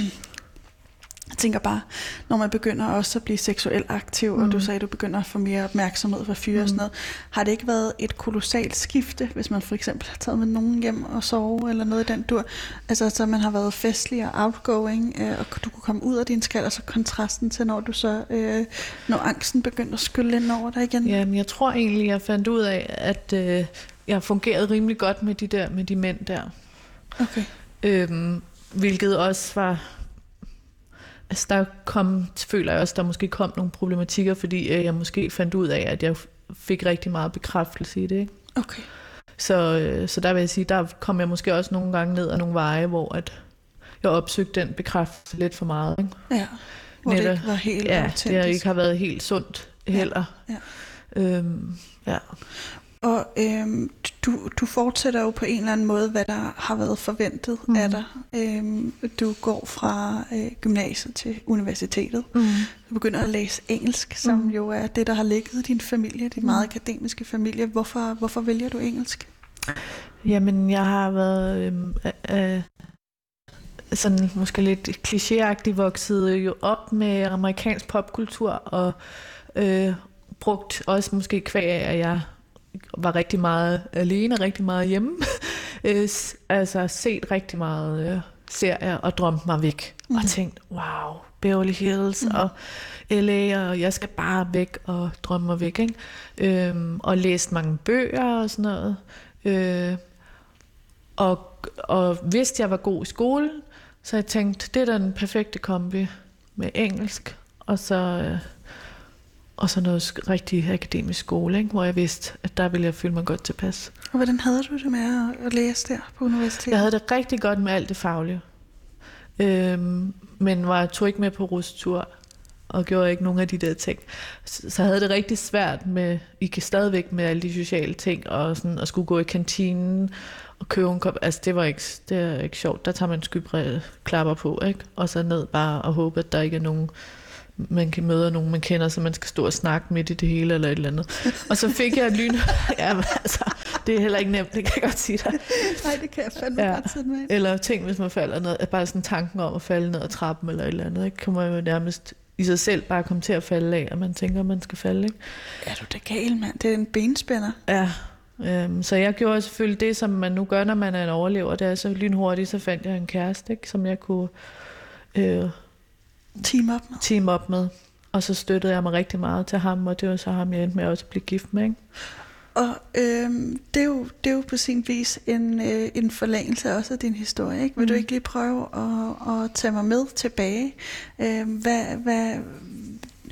Jeg tænker bare, når man begynder også at blive seksuelt aktiv, mm. og du sagde, at du begynder at få mere opmærksomhed fra fyre mm. og sådan noget, har det ikke været et kolossalt skifte, hvis man for eksempel har taget med nogen hjem og sove, eller noget i den dur? Altså, så man har været festlig og outgoing, øh, og du kunne komme ud af din skal, og så kontrasten til, når du så, øh, når angsten begynder at skylle ind over dig igen? Jamen, jeg tror egentlig, jeg fandt ud af, at øh, jeg fungerede rimelig godt med de der, med de mænd der. Okay. Øhm, hvilket også var... Altså der kom, føler jeg også, der måske kom nogle problematikker, fordi jeg måske fandt ud af, at jeg fik rigtig meget bekræftelse i det, ikke? Okay. Så, så der vil jeg sige, der kom jeg måske også nogle gange ned ad nogle veje, hvor at jeg opsøgte den bekræftelse lidt for meget, ikke? Ja, hvor Netop, det ikke var helt ja, autentisk. det har ikke har været helt sundt heller. Ja, ja. Øhm, ja. Og øhm, du, du fortsætter jo på en eller anden måde, hvad der har været forventet mm. af dig. Øhm, du går fra øh, gymnasiet til universitetet. Mm. Du begynder at læse engelsk, som mm. jo er det, der har ligget i din familie, din meget akademiske familie. Hvorfor, hvorfor vælger du engelsk? Jamen, jeg har været øh, øh, sådan måske lidt klichéagtigt vokset jo op med amerikansk popkultur, og øh, brugt også måske kvæg af, at jeg var rigtig meget alene, rigtig meget hjemme. Altså set rigtig meget øh, serier og drømt mig væk. Mm. Og tænkt, wow, Beverly Hills mm. og L A, og jeg skal bare væk og drømme mig væk, ikke? Øhm, og læst mange bøger og sådan noget. Øh, og, og vidste, jeg var god i skolen, så jeg tænkte, det er den perfekte kombi med engelsk, og så... Øh, Og så noget rigtig akademisk skole, ikke? Hvor jeg vidste, at der ville jeg føle mig godt tilpas. Og hvordan havde du det med at læse der på universitetet? Jeg havde det rigtig godt med alt det faglige. Øhm, men var, tog ikke med på rustur og gjorde ikke nogen af de der ting. Så, så havde det rigtig svært med, ikke stadigvæk med alle de sociale ting, og sådan at skulle gå i kantinen og købe en kop. Altså det var ikke, det er ikke sjovt. Der tager man skyklapper på, ikke? Og så ned bare og håbe, at der ikke er nogen... man kan møde nogen, man kender, så man skal stå og snakke midt i det hele, eller et eller andet. Og så fik jeg et lyn. Ja, altså, det er heller ikke nemt, det kan jeg godt sige dig. Nej, det kan jeg fandme ja. godt sætte med. Eller ting, hvis man falder ned, er bare sådan tanken om at falde ned ad trappen, eller et eller andet, ikke? Kan man jo nærmest i sig selv bare komme til at falde af, og man tænker, at man skal falde, ikke? Ja, du er da gal, mand. Det er en benspænder. Ja, øhm, så jeg gjorde selvfølgelig det, som man nu gør, når man er en overlever. Det er så lynhurtigt, så fandt jeg en kæreste, ikke? Som jeg kunne... Øh, Team op med. Team op med. Og så støttede jeg mig rigtig meget til ham, og det var så ham, jeg endte med også at blive gift med, ikke? Og øhm, det, er jo, det er jo på sin vis en, øh, en forlængelse også af din historie, ikke? Vil mm. du ikke lige prøve at, at tage mig med tilbage? Øh, hvad, hvad,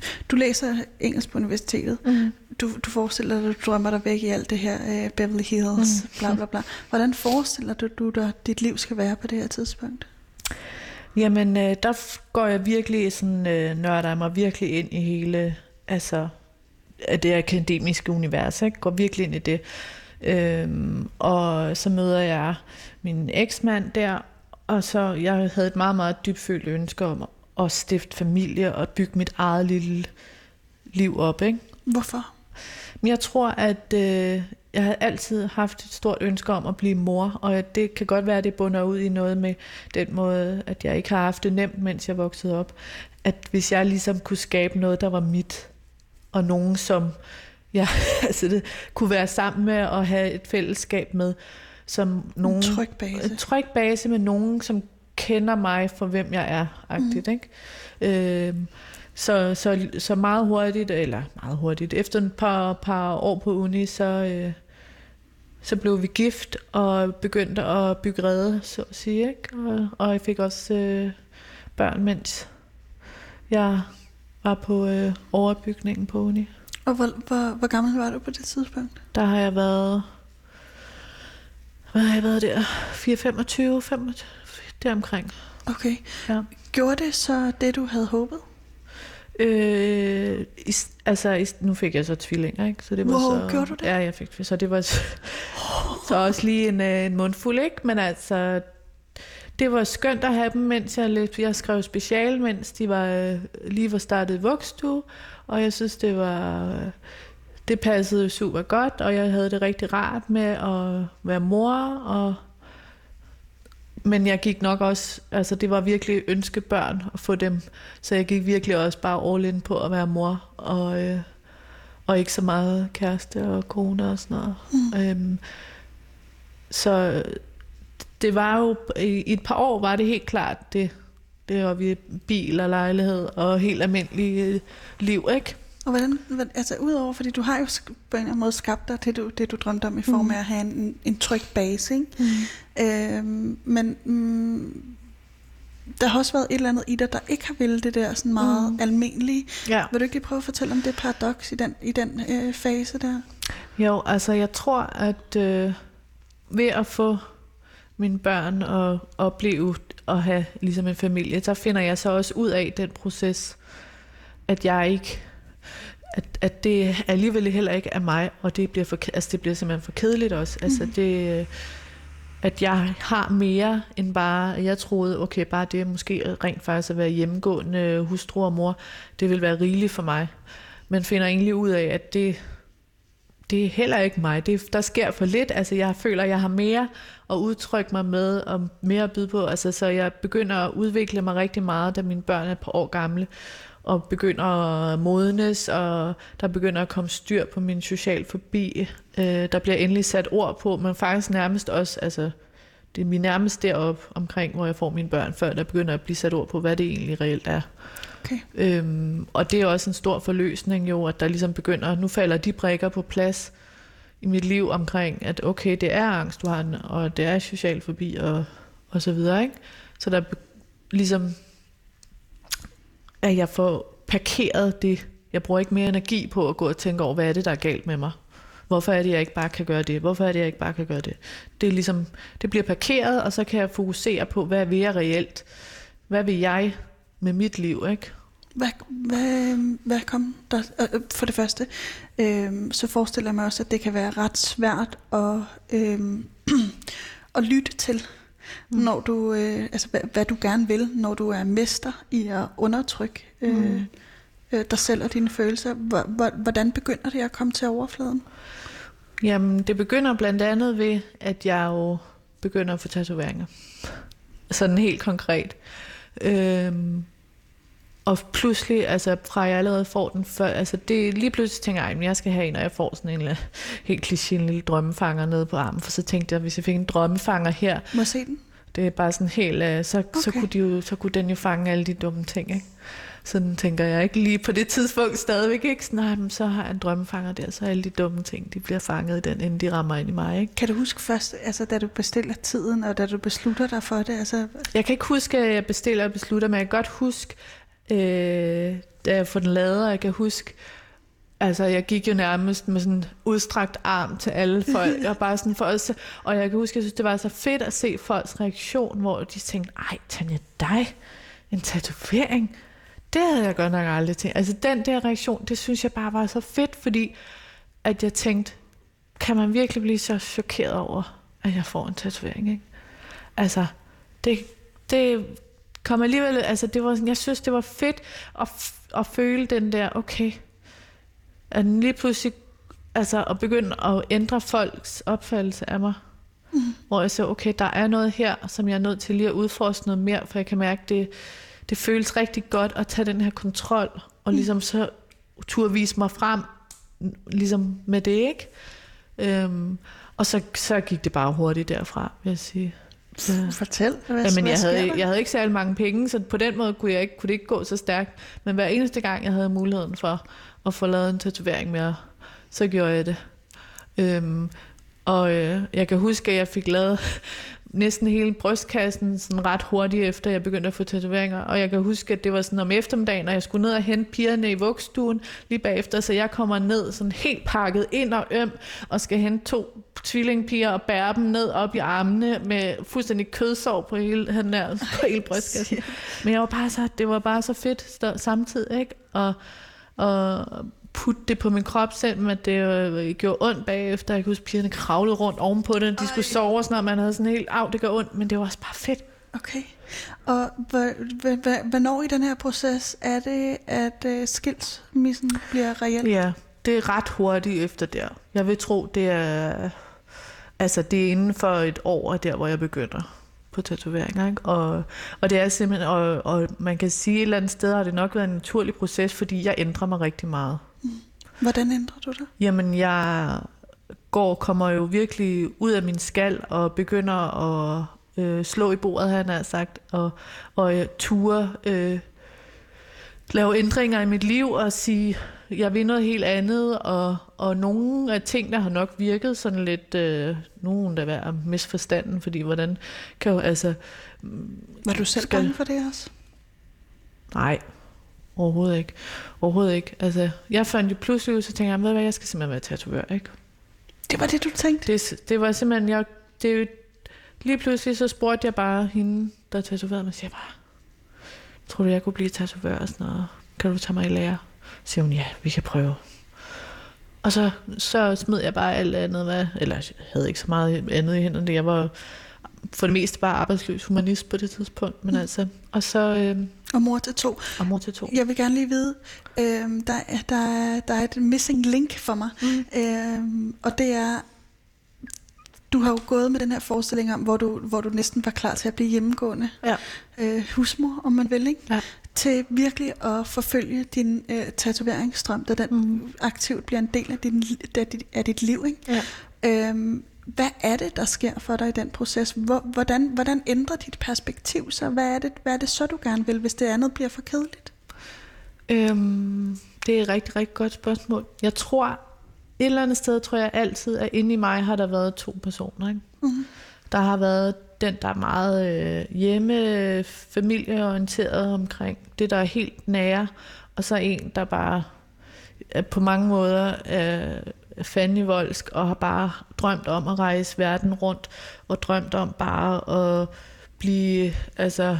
Du læser engelsk på universitetet. Mm. Du, du forestiller dig, at du drømmer dig væk i alt det her uh, Beverly Hills, mm. bla bla bla. Hvordan forestiller du, du dig, dit liv skal være på det her tidspunkt? Jamen, øh, der går jeg virkelig sådan, øh, nørder jeg mig virkelig ind i hele, altså, det akademiske univers, ikke? Går virkelig ind i det. Øhm, og så møder jeg min eksmand der, og så, jeg havde et meget, meget dybfølt ønske om at stifte familie og bygge mit eget lille liv op, ikke? Hvorfor? Men jeg tror, at øh, jeg havde altid haft et stort ønske om at blive mor, og det kan godt være, at det bunder ud i noget med den måde, at jeg ikke har haft det nemt, mens jeg voksede op. At hvis jeg ligesom kunne skabe noget, der var mit, og nogen, som jeg altså det, kunne være sammen med og have et fællesskab med, som nogen, en tryg base. En tryg base med nogen, som kender mig for, hvem jeg er, agtigt, mm. ikke? Øh, Så, så, så meget hurtigt, eller meget hurtigt, efter et par, par år på uni, så, øh, så blev vi gift og begyndte at bygge rede, så at sige, ikke? Og, og jeg fik også øh, børn, mens jeg var på øh, overbygningen på uni. Og hvor, hvor, hvor gammel var du på det tidspunkt? Der har jeg været, hvad har jeg været der? fire femogtyve, femogtyve, deromkring. Okay. Ja. Gjorde det så det, du havde håbet? Øh, i, altså i, nu fik jeg så tvillinger, ikke? Så det var wow, så, gjorde du det? Ja, jeg fik så det var så, så også lige en, en mundfuld, ikke? Men altså det var skønt at have dem, mens jeg lidt, jeg skrev special, mens de var lige var startet i vuggestue, og jeg synes det var det passede super godt, og jeg havde det rigtig rart med at være mor, og men jeg gik nok også, altså det var virkelig ønskebørn at få dem, så jeg gik virkelig også bare all in på at være mor, og, øh, og ikke så meget kæreste og kone og sådan noget. Mm. Øhm, så det var jo, i et par år var det helt klart det, det var vi bil og lejlighed og helt almindelig liv, ikke? Og hvordan, altså udover, fordi du har jo på en eller anden måde skabt dig til det, det du drømte om i form af at have en, en tryg base, ikke? Mm. Øhm, men mm, der har også været et eller andet i dig, der ikke har ville det der sådan meget mm. almindelige. Ja. Vil du ikke lige prøve at fortælle om det paradoks i den, i den øh, fase der? Jo, altså jeg tror, at øh, ved at få mine børn og opleve at have ligesom en familie, så finder jeg så også ud af den proces, at jeg ikke At, at det alligevel heller ikke er mig, og det bliver, for, altså det bliver simpelthen for kedeligt også. Mm. Altså det, at jeg har mere end bare, jeg troede, okay, bare det måske rent faktisk at være hjemmegående hustru og mor, det vil være rigeligt for mig. Men finder egentlig ud af, at det, det er heller ikke mig. Det, der sker for lidt. Altså jeg føler, at jeg har mere at udtrykke mig med, og mere at byde på. Altså, så jeg begynder at udvikle mig rigtig meget, da mine børn er et par år gamle, og begynder at modnes, og der begynder at komme styr på min social fobi. Øh, der bliver endelig sat ord på, men faktisk nærmest også, altså det er min nærmest deroppe omkring, hvor jeg får mine børn, før der begynder at blive sat ord på, hvad det egentlig reelt er. Okay. Øhm, og det er også en stor forløsning jo, at der ligesom begynder, nu falder de brikker på plads i mit liv omkring, at okay, det er angst, du har, og det er social fobi, og, og så videre, ikke? Så der ligesom at jeg får parkeret det. Jeg bruger ikke mere energi på at gå og tænke over, hvad er det, der er galt med mig? Hvorfor er det, jeg ikke bare kan gøre det? Hvorfor er det, jeg ikke bare kan gøre det? Det er ligesom, det bliver parkeret, og så kan jeg fokusere på, hvad vil jeg reelt? Hvad vil jeg med mit liv, ikke? Hvad, hvad, hvad kom der? For det første, øh, så forestiller jeg mig også, at det kan være ret svært at, øh, at lytte til, mm. når du, øh, altså hvad, hvad du gerne vil, når du er mester i at undertrykke øh, mm. øh, dig selv og dine følelser. Hvordan begynder det at komme til overfladen? Jamen, det begynder blandt andet ved, at jeg jo begynder at få tatoveringer. Sådan helt konkret. Øhm, og pludselig, altså fra jeg allerede får den før, altså det lige pludselig tænker jeg, at jeg skal have en, og jeg får sådan en eller, helt kliché, en lille drømmefanger nede på armen, for så tænkte jeg, hvis jeg fik en drømmefanger her. Må jeg se den? Det er bare sådan helt, så, okay. så, kunne de jo, så kunne den jo fange alle de dumme ting, ikke? Sådan tænker jeg ikke lige på det tidspunkt stadigvæk, ikke? Så, nej, men så har jeg en drømmefanger der, så alle de dumme ting, de bliver fanget i den, inden de rammer ind i mig, ikke? Kan du huske først, altså da du bestiller tiden, og da du beslutter dig for det? Altså... Jeg kan ikke huske, at jeg bestiller og beslutter, men jeg kan godt huske, øh, da jeg får den lavet, og jeg kan huske, altså jeg gik jo nærmest med sådan udstrakt arm til alle folk, og bare sådan for os, og jeg kan huske, jeg synes, det var så fedt at se folks reaktion, hvor de tænkte, ej, Tanja, dig, en tatovering, det havde jeg godt nok aldrig tænkt. Altså den der reaktion, det synes jeg bare var så fedt, fordi at jeg tænkte, kan man virkelig blive så chokeret over, at jeg får en tatovering, ikke? Altså, det, det kom alligevel, altså det var sådan, jeg synes, det var fedt at, at føle den der, okay, at lige pludselig, altså at begynde at ændre folks opfattelse af mig. Mm. Hvor jeg siger, okay, der er noget her, som jeg er nødt til lige at udforske noget mere, for jeg kan mærke, det, det føles rigtig godt at tage den her kontrol, og mm. ligesom så turde vise mig frem, ligesom med det, ikke? Øhm, og så, så gik det bare hurtigt derfra, vil jeg sige. Så, Fortæl, hvad, jamen, hvad jeg sker havde, der? jeg havde ikke særlig mange penge, så på den måde kunne, jeg ikke, kunne det ikke gå så stærkt. Men hver eneste gang, jeg havde muligheden for at få lavet en tatovering mere, så gjorde jeg det. Øhm, og øh, jeg kan huske, at jeg fik lavet næsten hele brystkassen sådan ret hurtigt efter, jeg begyndte at få tatoveringer. Og jeg kan huske, at det var sådan om eftermiddagen, og jeg skulle ned og hente pigerne i vuggestuen lige bagefter, så jeg kommer ned sådan helt pakket ind og øm, og skal hente to tvillingpiger og bære dem ned op i armene med fuldstændig kødsår på hele, han der, på hele brystkassen. Men jeg var bare så, det var bare så fedt samtidig, ikke? Og, og putte det på min krop, selvom at det øh, gjorde ondt bagefter. Jeg kunne huske, pigerne kravlede rundt ovenpå det, de skulle sove og sådan noget, man havde sådan helt, af det gør ondt, men det var også bare fedt. Okay. Og hvornår i den her proces er det, at uh, skilsmissen bliver reelt? Ja, det er ret hurtigt efter der. Jeg vil tro, det er, altså det er inden for et år, der hvor jeg begynder på tatoveringer, ikke? Og, og det er simpelthen, og, og man kan sige, et eller andet sted har det nok været en naturlig proces, fordi jeg ændrer mig rigtig meget. Mm. Hvordan ændrer du dig? Jamen, jeg går, kommer jo virkelig ud af min skal og begynder at øh, slå i bordet, han har sagt, og, og jeg ture øh, lave ændringer i mit liv og sige, jeg vil noget helt andet, og, og nogle af tingene har nok virket sådan lidt, øh, nogen der var misforstanden, fordi hvordan kan jo altså... Var du selv skal... bange for det også? Nej, overhovedet ikke. Overhovedet ikke. Altså, jeg fandt jo pludselig ud, så tænkte jeg, ved hvad, jeg skal simpelthen være tatovør, ikke? Det var det, du tænkte? Det, det var simpelthen, jeg, det, lige pludselig så spurgte jeg bare hende, der tatoverede mig, siger bare, tror du, jeg kunne blive tatovør og sådan noget? Kan du tage mig i lære? Så siger hun, ja, vi kan prøve. Og så, så smed jeg bare alt andet, hvad, eller jeg havde ikke så meget andet i hænderne. Jeg var for det meste bare arbejdsløs humanist på det tidspunkt, men mm. altså, og så... Øh, og mor til to. Og mor til to. Jeg vil gerne lige vide, øh, der, der, der er et missing link for mig, mm. øh, og det er, du har jo gået med den her forestilling om, hvor du, hvor du næsten var klar til at blive hjemmegående ja. øh, husmor, om man vil, ikke? Ja. Til virkelig at forfølge din øh, tatoveringsstrøm, da den mm. aktivt bliver en del af, din, af, dit, af dit liv, ikke? Ja. Øh, Hvad er det, der sker for dig i den proces? Hvordan, hvordan ændrer dit perspektiv så? Hvad er, det, hvad er det så, du gerne vil, hvis det andet bliver for kedeligt? Øhm, det er et rigtig, rigtig godt spørgsmål. Jeg tror, et eller andet sted, tror jeg altid, at inde i mig har der været to personer. Ikke? Mm-hmm. Der har været den, der er meget øh, hjemme, familieorienteret omkring det, der er helt nære, og så en, der bare er på mange måder er fandenivoldsk og har bare drømt om at rejse verden rundt, og drømt om bare at blive, altså...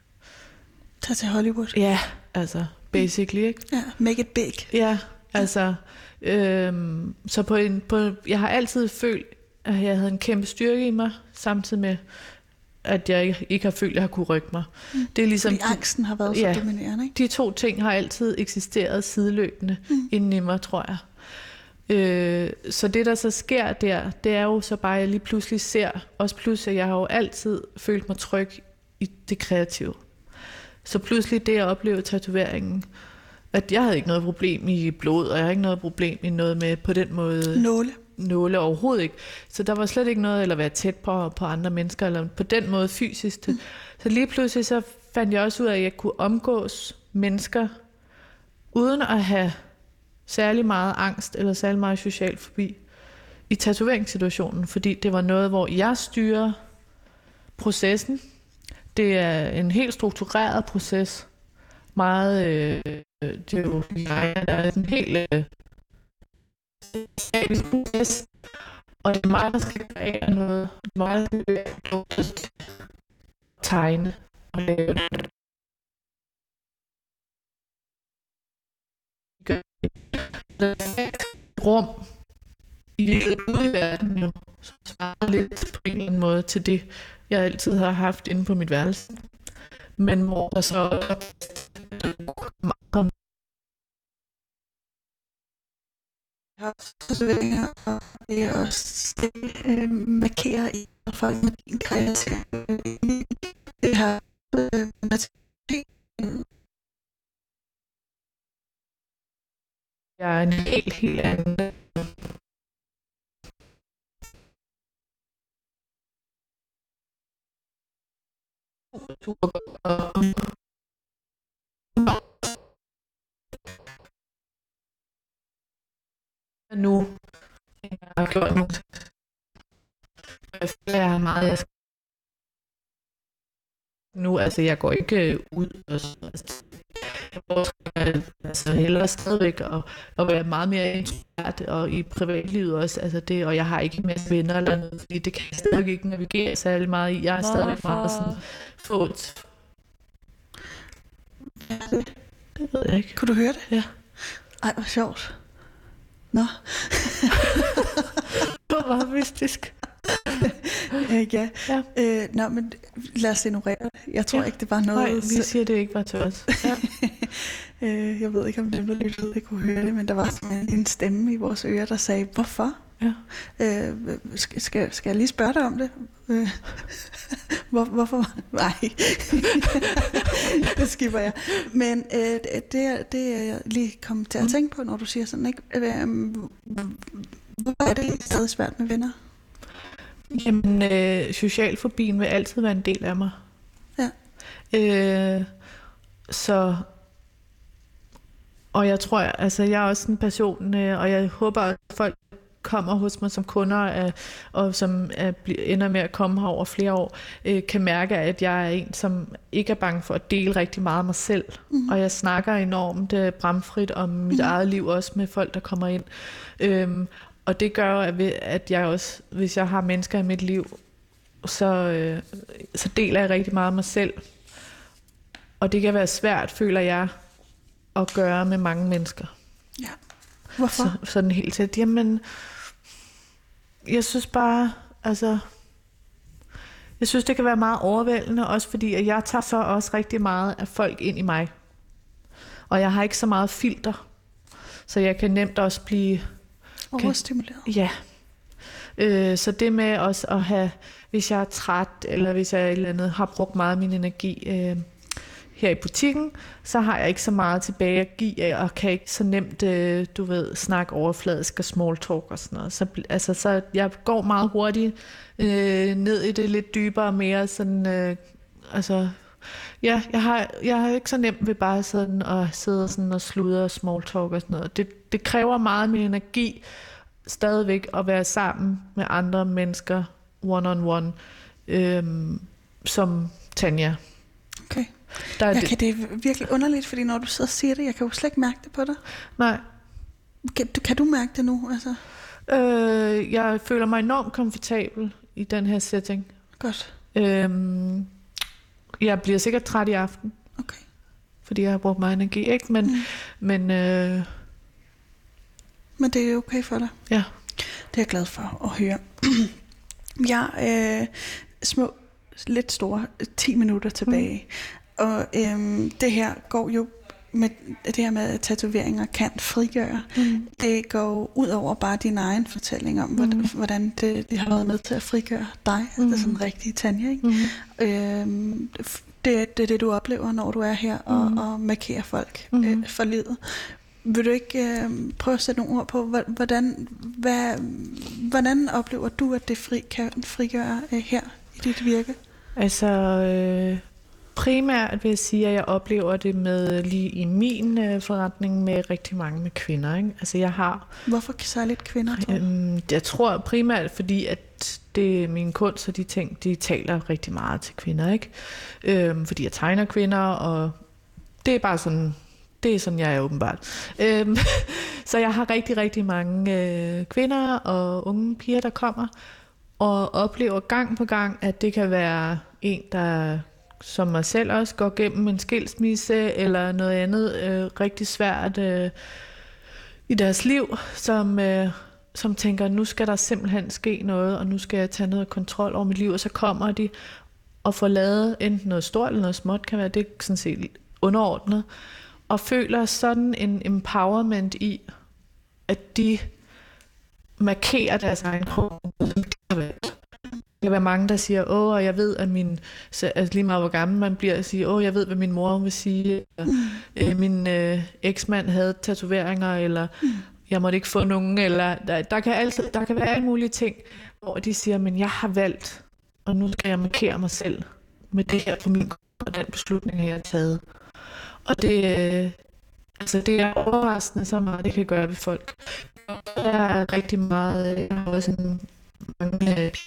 Tag til Hollywood. Ja, altså, basically, ikke? Ja, make it big. Ja, altså... Øhm, så på en, på, jeg har altid følt, at jeg havde en kæmpe styrke i mig, samtidig med, at jeg ikke, ikke har følt, at jeg har kunne rykke mig. Mm. Det er ligesom, fordi angsten har været så ja, dominerende, ikke? De to ting har altid eksisteret sideløbende mm. inden i mig, tror jeg. Øh, så det, der så sker der, det er jo så bare, at jeg lige pludselig ser, også pludselig, jeg har jo altid følt mig tryg i det kreative. Så pludselig det at opleve tatoveringen, at jeg havde ikke noget problem i blod, og jeg havde ikke noget problem i noget med på den måde... Nåle. Nåle overhovedet ikke. Så der var slet ikke noget, eller være tæt på, på andre mennesker, eller på den måde fysisk. Mm. Så lige pludselig så fandt jeg også ud af, at jeg kunne omgås mennesker, uden at have særlig meget angst, eller særlig meget social fobi i tatoveringssituationen, fordi det var noget, hvor jeg styrer processen. Det er en helt struktureret proces, meget øh, det er jo jeg, der er sådan helt øh, proces, og det er mig, der skal gøre noget. Det er mig, der skal tegne og lave det. Rum i livet ude i verden jo, som svarer lidt på en eller anden måde til det, jeg altid har haft inde på mit værelse. Men hvor der så meget tatoveringer, og det er også det, øh, markerer i folk med din kreativ. Det har øh, materiale. Jeg er en helt, helt anden. Nu jeg har gjort nogle jeg føler, jeg har meget jeg skal. Nu, altså jeg går ikke ud og altså, jeg prøver altså hellere stadigvæk og, og være meget mere introvert og i privatlivet også, altså det, og jeg har ikke mere venner eller noget, fordi det kan jeg stadig ikke navigere særlig meget i. Jeg er stadig meget sådan fået. Det ved jeg ikke. Kunne du høre det? Ja. Ej, hvor sjovt. Nå. Det var meget mystisk. øh, ja. ja. Øh, nå, men lad os ignorere det. Jeg tror ja. ikke, det var noget... Nej, vi siger det ikke var til os. Ja. øh, jeg ved ikke, om dem, der lyttede, ikke kunne høre det, men der var simpelthen en stemme i vores ører, der sagde, hvorfor? Ja. Øh, skal, skal, skal jeg lige spørge dig om det? Øh, Hvor, hvorfor? Nej, det skipper jeg. Men øh, det, det er jeg lige kommet til at tænke på, når du siger sådan, ikke? Øh, hvorfor er det stadig svært med venner? Jamen, øh, socialfobien vil altid være en del af mig. Ja. Øh, så, og jeg tror, altså jeg er også en person, øh, og jeg håber, at folk kommer hos mig som kunder, øh, og som øh, ender med at komme her over flere år, øh, kan mærke, at jeg er en, som ikke er bange for at dele rigtig meget af mig selv. Mm-hmm. Og jeg snakker enormt øh, bramfrit om mit mm-hmm. eget liv, også med folk, der kommer ind. Øhm, og det gør, at jeg også, hvis jeg har mennesker i mit liv, så, øh, så deler jeg rigtig meget af mig selv. Og det kan være svært, føler jeg, at gøre med mange mennesker. Ja. Hvorfor? Så, sådan helt tæt. Jamen, jeg synes bare, altså, jeg synes, det kan være meget overvældende, også fordi, at jeg tager så også rigtig meget af folk ind i mig. Og jeg har ikke så meget filter, så jeg kan nemt også blive... Overstimuleret. Kan, ja. Øh, så det med også at have, hvis jeg er træt, eller hvis jeg et eller andet har brugt meget af min energi øh, her i butikken, så har jeg ikke så meget tilbage at give af, og kan ikke så nemt, øh, du ved, snakke overfladisk og small talk og sådan noget. Så, altså, så jeg går meget hurtigt øh, ned i det lidt dybere, mere sådan, øh, altså, ja, jeg har, jeg har ikke så nemt ved bare sådan at sidde sådan og sludre og small talk og sådan noget. Det, det kræver meget af min energi, stadigvæk at være sammen med andre mennesker, one on one, øhm, som Tanja. Okay. Der er jeg det. Kan det er virkelig underligt, fordi når du sidder og siger det, jeg kan jo slet ikke mærke det på dig. Nej. Kan, kan du mærke det nu? Altså? Øh, jeg føler mig enormt komfortabel i den her setting. Godt. Øhm, jeg bliver sikkert træt i aften. Okay. Fordi jeg har brugt meget energi, ikke? Men, mm. men øh, Men det er okay for dig? Ja. Det er jeg glad for at høre. Jeg er øh, små, lidt store, ti minutter tilbage. Mm. Og øh, det her går jo med det her med tatoveringer kan frigøre. Mm. Det går ud over bare din egen fortælling om, mm. hvordan det, det har været med til at frigøre dig. Mm. Altså sådan en rigtig Tanja, ikke? Mm. Øh, det, det er det, du oplever, når du er her og, mm. og markerer folk mm. øh, for livet. Vil du ikke øh, prøve at sætte nogle ord på, hvordan, hvad, hvordan oplever du, at det fri, kan frigøre øh, her i dit virke? Altså øh, primært vil jeg sige, at jeg oplever det med lige i min øh, forretning med rigtig mange med kvinder. Ikke? Altså jeg har. Hvorfor særligt kvinder? Tror jeg? Øh, jeg tror primært, fordi at det er min kunst og de ting, de taler rigtig meget til kvinder, ikke? Øh, fordi jeg tegner kvinder, og det er bare sådan. Det er sådan, jeg er åbenbart. Øhm, så jeg har rigtig, rigtig mange øh, kvinder og unge piger, der kommer og oplever gang på gang, at det kan være en, der som mig selv også går gennem en skilsmisse eller noget andet øh, rigtig svært øh, i deres liv, som, øh, som tænker, nu skal der simpelthen ske noget, og nu skal jeg tage noget kontrol over mit liv, og så kommer de og får lavet enten noget stort eller noget småt, kan være det sådan set underordnet, og føler sådan en empowerment i, at de markerer deres egen krop, som de har valgt. Der kan være mange, der siger, åh, og jeg ved, at min, altså lige meget hvor gammel man bliver, at sige, åh, jeg ved, hvad min mor vil sige, eller øh, min øh, eksmand havde tatoveringer, eller jeg måtte ikke få nogen, eller der, der, kan altid, der kan være alle mulige ting, hvor de siger, men jeg har valgt, og nu skal jeg markere mig selv med det her på min krop, og den beslutning, jeg har taget. Og det, øh, altså det er overraskende så meget, det kan gøre ved folk. Der er rigtig meget, jeg har også en mange øh,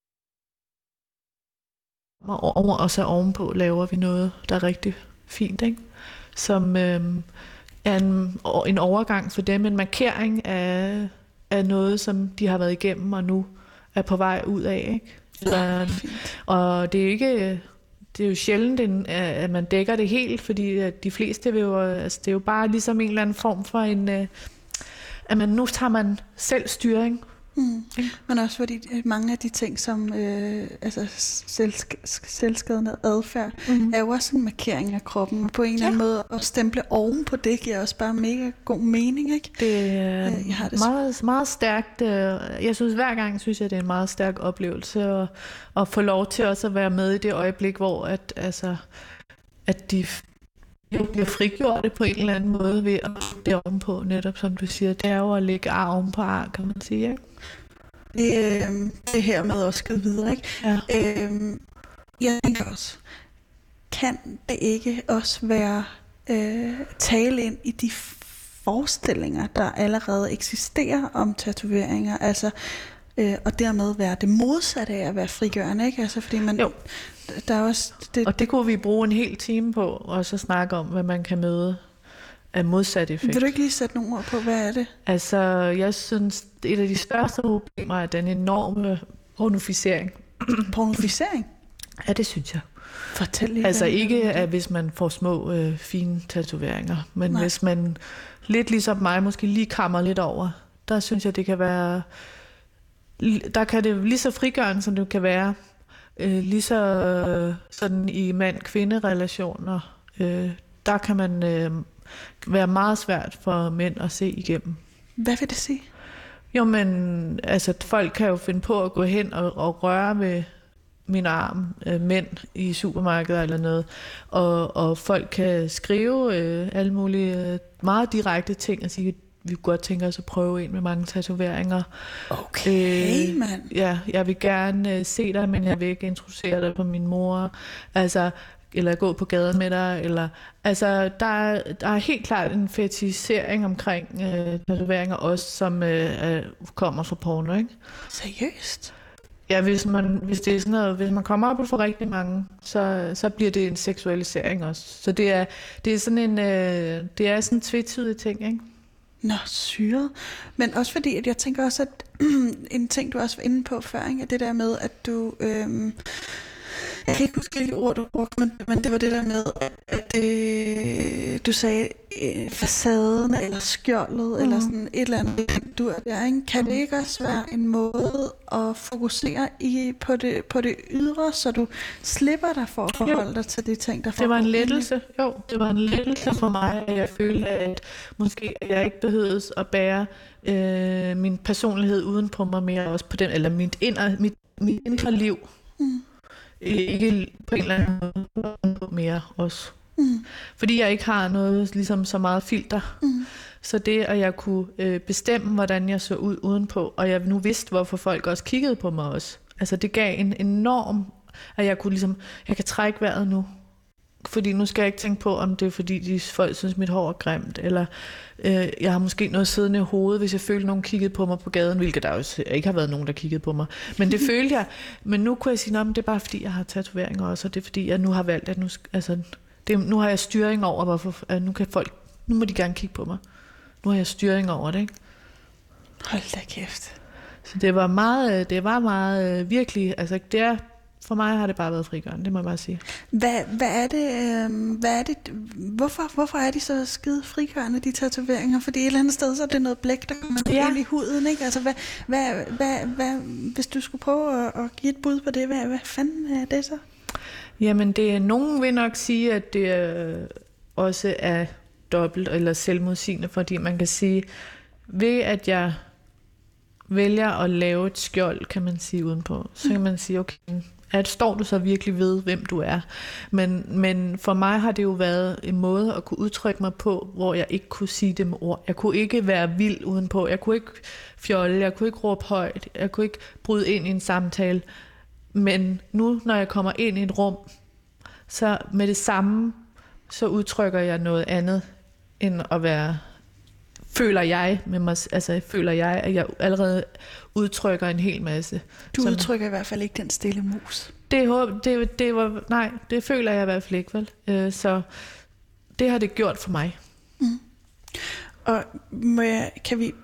over, og så ovenpå laver vi noget, der er rigtig fint, ikke? Som øh, er en, en overgang for dem, en markering af, af noget, som de har været igennem, og nu er på vej ud af, ikke? Så, og det er ikke, det er jo sjældent, at man dækker det helt, fordi de fleste vil jo, altså det er jo bare ligesom en eller anden form for en, at man, nu tager man selv styring. Mm. Men også fordi mange af de ting som øh, altså selvsk- selvskadende adfærd mm. er jo også en markering af kroppen, og på en eller anden ja. måde at stemple oven på det giver også bare mega god mening, ikke? Det er øh, jeg har det meget, meget stærkt. Jeg synes hver gang synes jeg det er en meget stærk oplevelse at, at få lov til også at være med i det øjeblik, hvor at, altså, at de bliver frigjort det på en eller anden måde ved at det ovenpå, netop som du siger. Det er jo at lægge ar oven på ar, kan man sige, ikke? Det, øh, det her med at skride videre, ikke? Ja. Øh, jeg tænker også, kan det ikke også være øh, tale ind i de forestillinger, der allerede eksisterer om tatoveringer, altså øh, og dermed være det modsatte af at være frigørende, ikke? Altså fordi man, jo. Der er også det, og det kunne vi bruge en hel time på, og så snakke om, hvad man kan møde af modsat effekt. Vil du ikke lige sætte nogle ord på, hvad er det? Altså, jeg synes, et af de største problemer er den enorme pornoficering. Pornoficering? Ja, det synes jeg. Fortæl lige. Altså ikke, at hvis man får små, øh, fine tatoveringer, men Nej. hvis man lidt ligesom mig, måske lige kammer lidt over, der synes jeg, det kan være, der kan det lige så frigørende, som det kan være, øh, lige så øh, sådan i mand-kvinde-relationer, øh, der kan man øh, være meget svært for mænd at se igennem. Hvad vil det sige? Jo, men altså, folk kan jo finde på at gå hen og, og røre ved min arm, øh, mænd i supermarkedet eller noget, og, og folk kan skrive øh, alle mulige øh, meget direkte ting og sige, vi kunne godt tænke os at prøve en med mange tatoveringer. Okay, øh, mand. Ja, jeg vil gerne øh, se dig, men jeg vil ikke introducere dig på min mor. Altså, eller gå på gaden med dig. Eller, altså, der er, der er helt klart en fetishisering omkring øh, tatoveringer også, som øh, kommer fra porno, ikke? Seriøst? Ja, hvis man, hvis det er sådan noget, hvis man kommer op og får rigtig mange, så, så bliver det en seksualisering også. Så det er, det er sådan en, øh, det er sådan en tvetydig ting, ikke? Nå, syret. Men også fordi, at jeg tænker også, at en ting, du også var inde på før, ikke? Det der med, at du... Øhm, jeg kan ikke huske, hvilke ord du brugte, men, men det var det der med, at det, du sagde øh, facaden eller skjoldet, mm. eller sådan et eller andet, du er der, ikke? Kan det ikke også være en måde at fokusere i, på, det, på det ydre, så du slipper dig for at forholde dig til de ting, der foregår? Det var en lettelse, jo, det var en lettelse for mig, at jeg følte, at måske jeg ikke behøvedes at bære øh, min personlighed uden på mig mere, også på den, eller mit indre, mit, mit indre liv. Mm. Ikke på en eller anden måde mere også. Mm. Fordi jeg ikke har noget ligesom så meget filter. Mm. Så det, at jeg kunne øh, bestemme, hvordan jeg så ud udenpå, og jeg nu vidste, hvorfor folk også kiggede på mig også. Altså det gav en enorm, at jeg kunne ligesom, jeg kan trække vejret nu. Fordi nu skal jeg ikke tænke på, om det er fordi, de folk synes, mit hår er grimt, eller øh, jeg har måske noget siddende i hovedet, hvis jeg følte, nogen kiggede på mig på gaden, hvilket der jo ikke har været nogen, der kiggede på mig. Men det følte jeg. Men nu kunne jeg sige, at det er bare fordi, jeg har tatoveringer også, og det er fordi, jeg nu har valgt, at nu, altså, det, nu har jeg styring over, hvorfor at nu kan folk Nu må de gerne kigge på mig. Nu har jeg styring over det, ikke? Hold da kæft. Så det var meget, det var meget virkelig, altså det er, for mig har det bare været frigørende, det må jeg bare sige. Hvad, hvad er det, øh, hvad er det, hvorfor, hvorfor er de så skide frigørende, de tatoveringer? Fordi et eller andet sted, så er det noget blæk, der kommer ja. ind i huden, ikke? Altså, hvad, hvad, hvad, hvad, hvis du skulle prøve at, at give et bud på det, hvad, hvad fanden er det så? Jamen, det er, nogen vil nok sige, at det er, også er dobbelt eller selvmodsigende, fordi man kan sige, ved at jeg vælger at lave et skjold, kan man sige udenpå, så kan man sige, okay, at står du så virkelig ved, hvem du er. Men, men for mig har det jo været en måde at kunne udtrykke mig på, hvor jeg ikke kunne sige det med ord. Jeg kunne ikke være vild udenpå. Jeg kunne ikke fjolle, jeg kunne ikke råbe højt, jeg kunne ikke bryde ind i en samtale. Men nu, når jeg kommer ind i et rum, så med det samme, så udtrykker jeg noget andet, end at være... Føler jeg med mig, altså føler jeg, at jeg allerede udtrykker en hel masse. Du som, udtrykker i hvert fald ikke den stille mus. Det, det, det var, nej, det føler jeg i hvert fald ikke, vel? Så det har det gjort for mig. Mm. Og må jeg, kan vi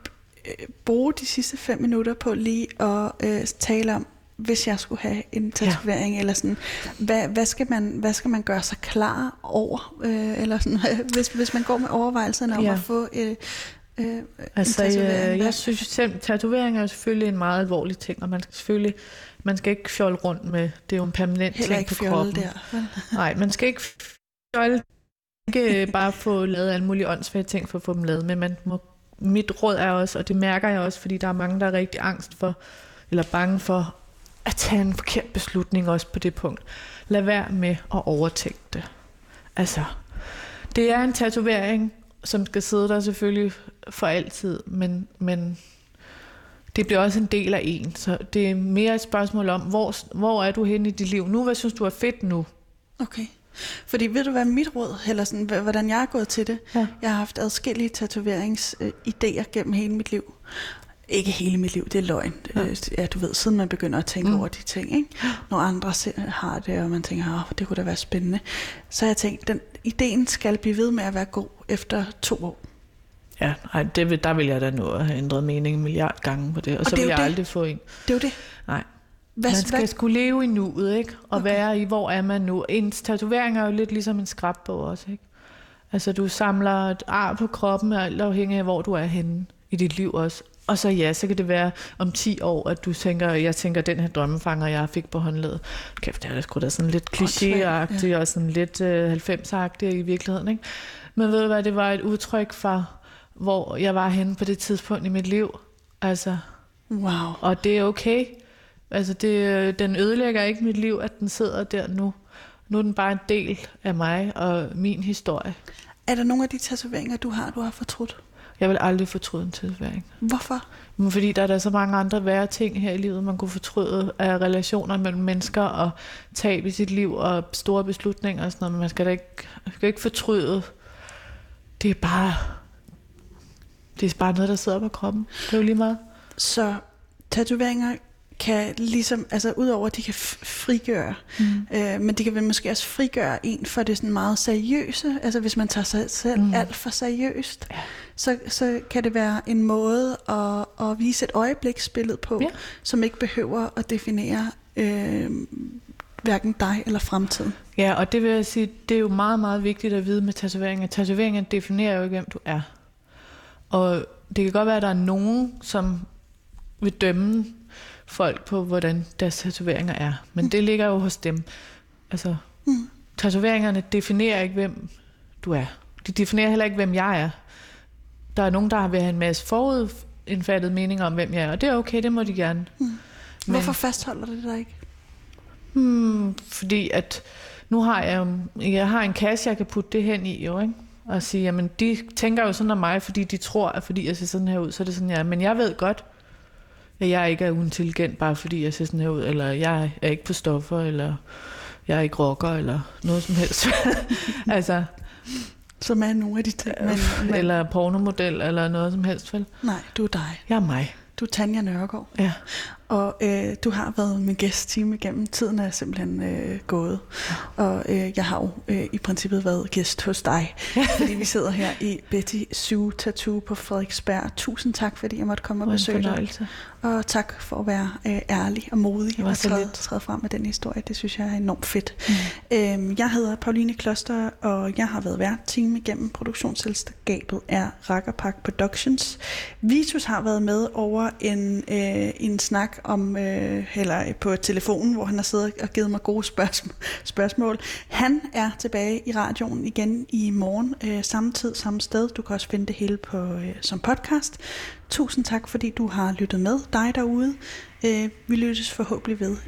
bruge de sidste fem minutter på lige at øh, tale om, hvis jeg skulle have en tatovering, ja. Eller sådan, hvad, hvad, skal man, hvad skal man gøre sig klar over? Øh, eller sådan, hvis, hvis man går med overvejelserne om ja. At få øh, øh, altså, en tatovering. Øh, jeg synes selv, tatovering er jo selvfølgelig en meget alvorlig ting, og man skal selvfølgelig, man skal ikke fjolle rundt med, det er jo en permanent Heller ting på kroppen. Der. Nej, man skal ikke fjolle, ikke bare få lavet alle mulige åndssvage ting for at få dem lavet, men man må, mit råd er også, og det mærker jeg også, fordi der er mange, der er rigtig angst for, eller bange for, at tage en forkert beslutning også på det punkt. Lad være med at overtænke det. Altså, det er en tatovering, som skal sidde der selvfølgelig for altid, men, men det bliver også en del af en. Så det er mere et spørgsmål om, hvor, hvor er du henne i dit liv nu? Hvad synes du er fedt nu? Okay. Fordi ved du hvad mit råd, eller sådan, hvordan jeg er gået til det? Ja. Jeg har haft adskillige tatoveringsidéer gennem hele mit liv. Ikke hele mit liv, det er løgn. Ja. Ja, du ved, siden man begynder at tænke mm. over de ting, ikke? Når andre har det, og man tænker, åh, det kunne da være spændende. Så har jeg tænkt, den ideen skal blive ved med at være god efter to år. Ja, nej, det vil, der vil jeg da nå at have ændret mening en milliard gange på det, og, og så det vil jeg det. aldrig få en. Det er jo det. Nej. Hvad, man skal hvad? skulle leve i nuet, ikke? Og okay. være i, hvor er man nu. En tatovering er jo lidt ligesom en skrabbog også, ikke? Altså, du samler et ar på kroppen, alt afhængig af, hvor du er henne i dit liv også. Og så ja, så kan det være om ti år, at du tænker, jeg tænker, den her drømmefanger, jeg fik på håndledet. Kæft, det er sgu da sådan lidt klichéagtigt, ja. Og sådan lidt øh, halvfemsagtigt i virkeligheden, ikke? Men ved du hvad, det var et udtryk for, hvor jeg var henne på det tidspunkt i mit liv. Altså, wow. Og det er okay. Altså, det, den ødelægger ikke mit liv, at den sidder der nu. Nu er den bare en del af mig og min historie. Er der nogle af de tatoveringer, du har, du har fortrudt? Jeg vil aldrig fortryde en tatovering. Hvorfor? Men fordi der er der så mange andre værre ting her i livet, man kunne fortryde af relationer mellem mennesker og tab i sit liv og store beslutninger og sådan noget. Men man skal da ikke, man skal ikke fortryde. Det er bare, det er bare noget, der sidder på kroppen. Det er jo lige meget. Så tatoveringer kan ligesom, altså udover at de kan frigøre, mm. øh, men de kan vel måske også frigøre en for det sådan meget seriøse, altså hvis man tager sig selv mm. alt for seriøst, ja. så, så kan det være en måde at, at vise et øjebliksbillede på, ja. Som ikke behøver at definere øh, hverken dig eller fremtiden. Ja, og det vil jeg sige, det er jo meget, meget vigtigt at vide med tatoveringer. Tatoveringer definerer jo ikke, hvem du er. Og det kan godt være, at der er nogen, som vil dømme folk på, hvordan deres tatoveringer er. Men mm. det ligger jo hos dem. Altså, mm. tatoveringerne definerer ikke, hvem du er. De definerer heller ikke, hvem jeg er. Der er nogen, der vil have en masse forudindfattede meninger om, hvem jeg er, og det er okay, det må de gerne. Mm. Men, hvorfor fastholder det dig ikke? Hmm, fordi at nu har jeg, jeg har en kasse, jeg kan putte det hen i, jo, ikke? Og sige, jamen, de tænker jo sådan om mig, fordi de tror, at fordi jeg ser sådan her ud, så er det sådan, jeg er. Men jeg ved godt, at jeg ikke er uintelligent, bare fordi jeg ser sådan her ud, eller jeg er ikke på stoffer, eller jeg er ikke rocker, eller noget som helst. Altså, som er nogle af de ting. Men, men, eller pornomodel, eller noget som helst, vel? Nej, du er dig. Jeg er mig. Du er Tanja Nørgaard. Ja. Og øh, du har været min gæsttime igennem. Tiden er simpelthen øh, gået. Og øh, jeg har jo øh, i princippet været gæst hos dig. Fordi vi sidder her i Betty Sue Tattoo på Frederiksberg. Tusind tak, fordi jeg måtte komme og besøge dig. Og tak for at være øh, ærlig og modig og træde, træde frem med den historie. Det synes jeg er enormt fedt. Mm. Øhm, jeg hedder Pauline Kloster, og jeg har været vært time igennem. Produktionsselskabet er Rakkerpak Productions. Vitus har været med over en, øh, en snak om, øh, eller på telefonen, hvor han har siddet og givet mig gode spørgsmål. spørgsmål. Han er tilbage i radioen igen i morgen, øh, samme tid, samme sted. Du kan også finde det hele på, øh, som podcast. Tusind tak, fordi du har lyttet med, dig derude. Øh, vi lyttes forhåbentlig ved